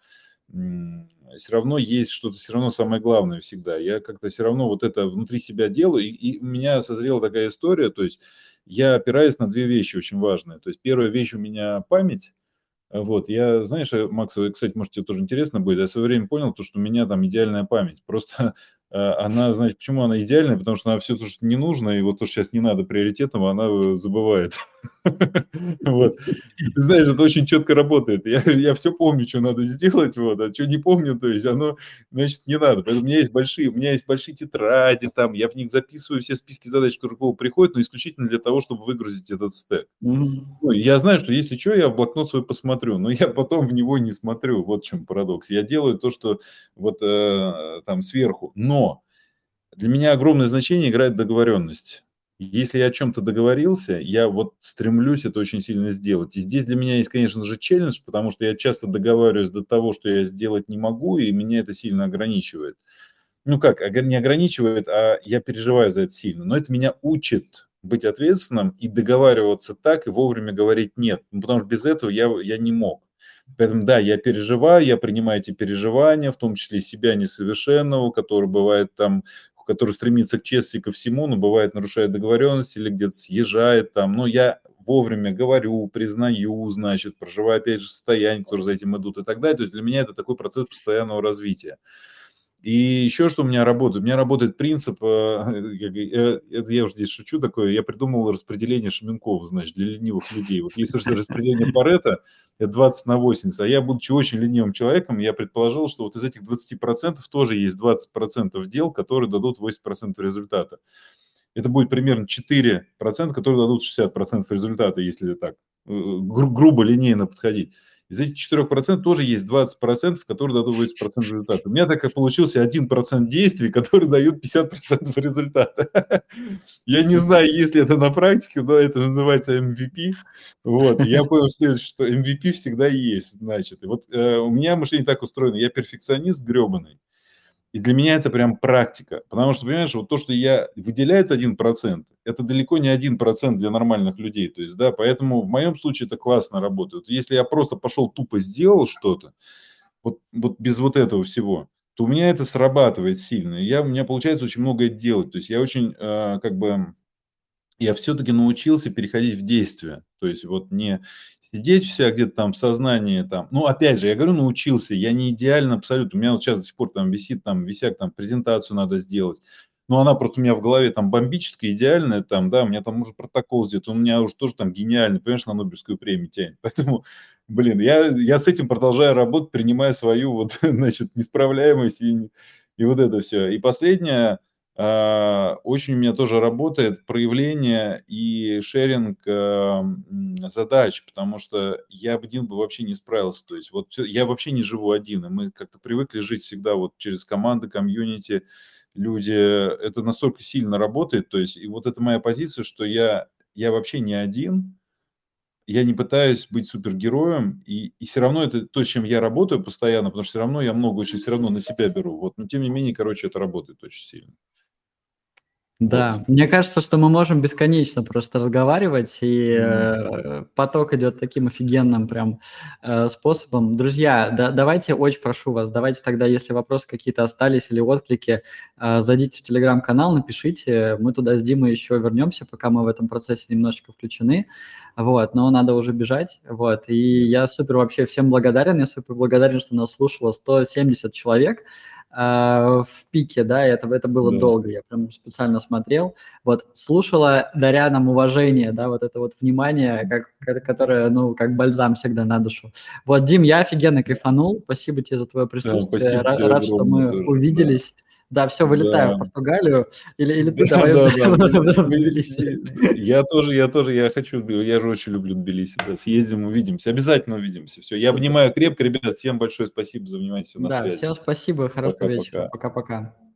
все равно есть что-то, все равно самое главное всегда. Я как-то все равно вот это внутри себя делаю, и, и у меня созрела такая история, то есть я опираюсь на две вещи очень важные. То есть первая вещь у меня память. Вот, я, знаешь, э, Макс, э, кстати, может, тебе тоже интересно будет, я в свое время понял, то, что у меня там идеальная память. Просто э, она, знаете, почему она идеальная? Потому что она все то, что не нужно, и вот то, что сейчас не надо приоритетного, она э, забывает. Вот. Ты знаешь, это очень четко работает. Я, я все помню, что надо сделать, вот, а что не помню, то есть оно, значит, не надо. Поэтому у меня есть большие, у меня есть большие тетради, там, я в них записываю все списки задач, которые к приходят, но исключительно для того, чтобы выгрузить этот стек. Мгм. Ну, я знаю, что если что, я в блокнот свой посмотрю, но я потом в него не смотрю. Вот в чем парадокс. Я делаю то, что вот э, там сверху. Но для меня огромное значение играет договоренность. Если я о чем-то договорился, я вот стремлюсь это очень сильно сделать. И здесь для меня есть, конечно же, челлендж, потому что я часто договариваюсь до того, что я сделать не могу, и меня это сильно ограничивает. Ну как, огр- не ограничивает, а я переживаю за это сильно. Но это меня учит быть ответственным и договариваться так, и вовремя говорить нет. Ну, потому что без этого я, я не мог. Поэтому да, я переживаю, я принимаю эти переживания, в том числе себя несовершенного, который бывает там, который стремится к честности, ко всему, но бывает нарушает договоренности или где-то съезжает там. Но я вовремя говорю, признаю, значит, проживаю опять же состояние, которые за этим идут и так далее. То есть для меня это такой процесс постоянного развития. И еще что у меня работает? У меня работает принцип, э, э, это я уже здесь шучу такое, я придумал распределение Шаменкова, значит, для ленивых людей. Вот есть распределение Парето, это двадцать на восемьдесят, а я, будучи очень ленивым человеком, я предположил, что вот из этих двадцати процентов тоже есть двадцать процентов дел, которые дадут восемьдесят процентов результата. Это будет примерно четыре процента, которые дадут шестьдесят процентов результата, если так э, гру- грубо, линейно подходить. Из этих четырёх процентов тоже есть двадцать процентов, которые дадут восемьдесят процентов результата. У меня так и получился один процент действий, которые дают пятьдесят процентов результата. Я не знаю, есть ли это на практике, но это называется эм ви пи. Вот. И я понял, что эм ви пи всегда есть, значит. И вот э, у меня мышление так устроено. Я перфекционист гребаный. И для меня это прям практика. Потому что, понимаешь, вот то, что я выделяю один процент, это далеко не один процент для нормальных людей. То есть, да, поэтому в моем случае это классно работает. Если я просто пошел тупо сделал что-то, вот, вот без вот этого всего, то у меня это срабатывает сильно. И я, у меня получается очень многое делать. То есть я очень э, как бы... Я все-таки научился переходить в действие. То есть вот не сидеть у себя где-то там в сознании. Там. Ну, опять же, я говорю, научился. Я не идеально абсолютно. У меня вот сейчас до сих пор там висит, там висяк, там презентацию надо сделать. Но она просто у меня в голове там бомбическая, идеальная. Там, да, у меня там уже протокол сделать. У меня уже тоже там гениальный, понимаешь, на Нобелевскую премию тянет. Поэтому, блин, я, я с этим продолжаю работать, принимая свою вот, значит, несправляемость и, и вот это все. И последнее... Очень у меня тоже работает проявление и шеринг задач, потому что я один бы вообще не справился. То есть вот все, я вообще не живу один, и мы как-то привыкли жить всегда вот через команды, комьюнити, люди. Это настолько сильно работает. То есть и вот это моя позиция, что я, я вообще не один, я не пытаюсь быть супергероем, и, и все равно это то, с чем я работаю постоянно, потому что все равно я много очень все равно на себя беру. Вот, но тем не менее, короче, это работает очень сильно. Да, Вот. мне кажется, что мы можем бесконечно просто разговаривать, и Мгм. э, поток идет таким офигенным прям э, способом. Друзья, да- давайте, очень прошу вас, давайте тогда, если вопросы какие-то остались или отклики, э, зайдите в Телеграм-канал, напишите, мы туда с Димой еще вернемся, пока мы в этом процессе немножечко включены, вот, но надо уже бежать, вот, и я супер вообще всем благодарен, я супер благодарен, что нас слушало сто семьдесят человек, в пике, да, это, это было Да. долго, я прям специально смотрел, вот, слушала, даря нам уважение, да, вот это вот внимание, как, ко- которое, ну, как бальзам всегда на душу. Вот, Дим, я офигенно кайфанул, спасибо тебе за твое Да, присутствие, спасибо Ра- тебе рад, что огромное мы тоже. Да. увиделись, да, все, вылетаю в Да. Португалию, или, или ты Да, давай да, в да. Мы- в мы- Тбилиси. Я тоже, я тоже, я хочу, я же очень люблю Тбилиси. Да. Съездим, увидимся. Обязательно увидимся. Все. Я Супер. обнимаю крепко, ребят. Всем большое спасибо за внимание. Все, на Да, связи. всем спасибо, хорошего вечера, Пока-пока. пока-пока.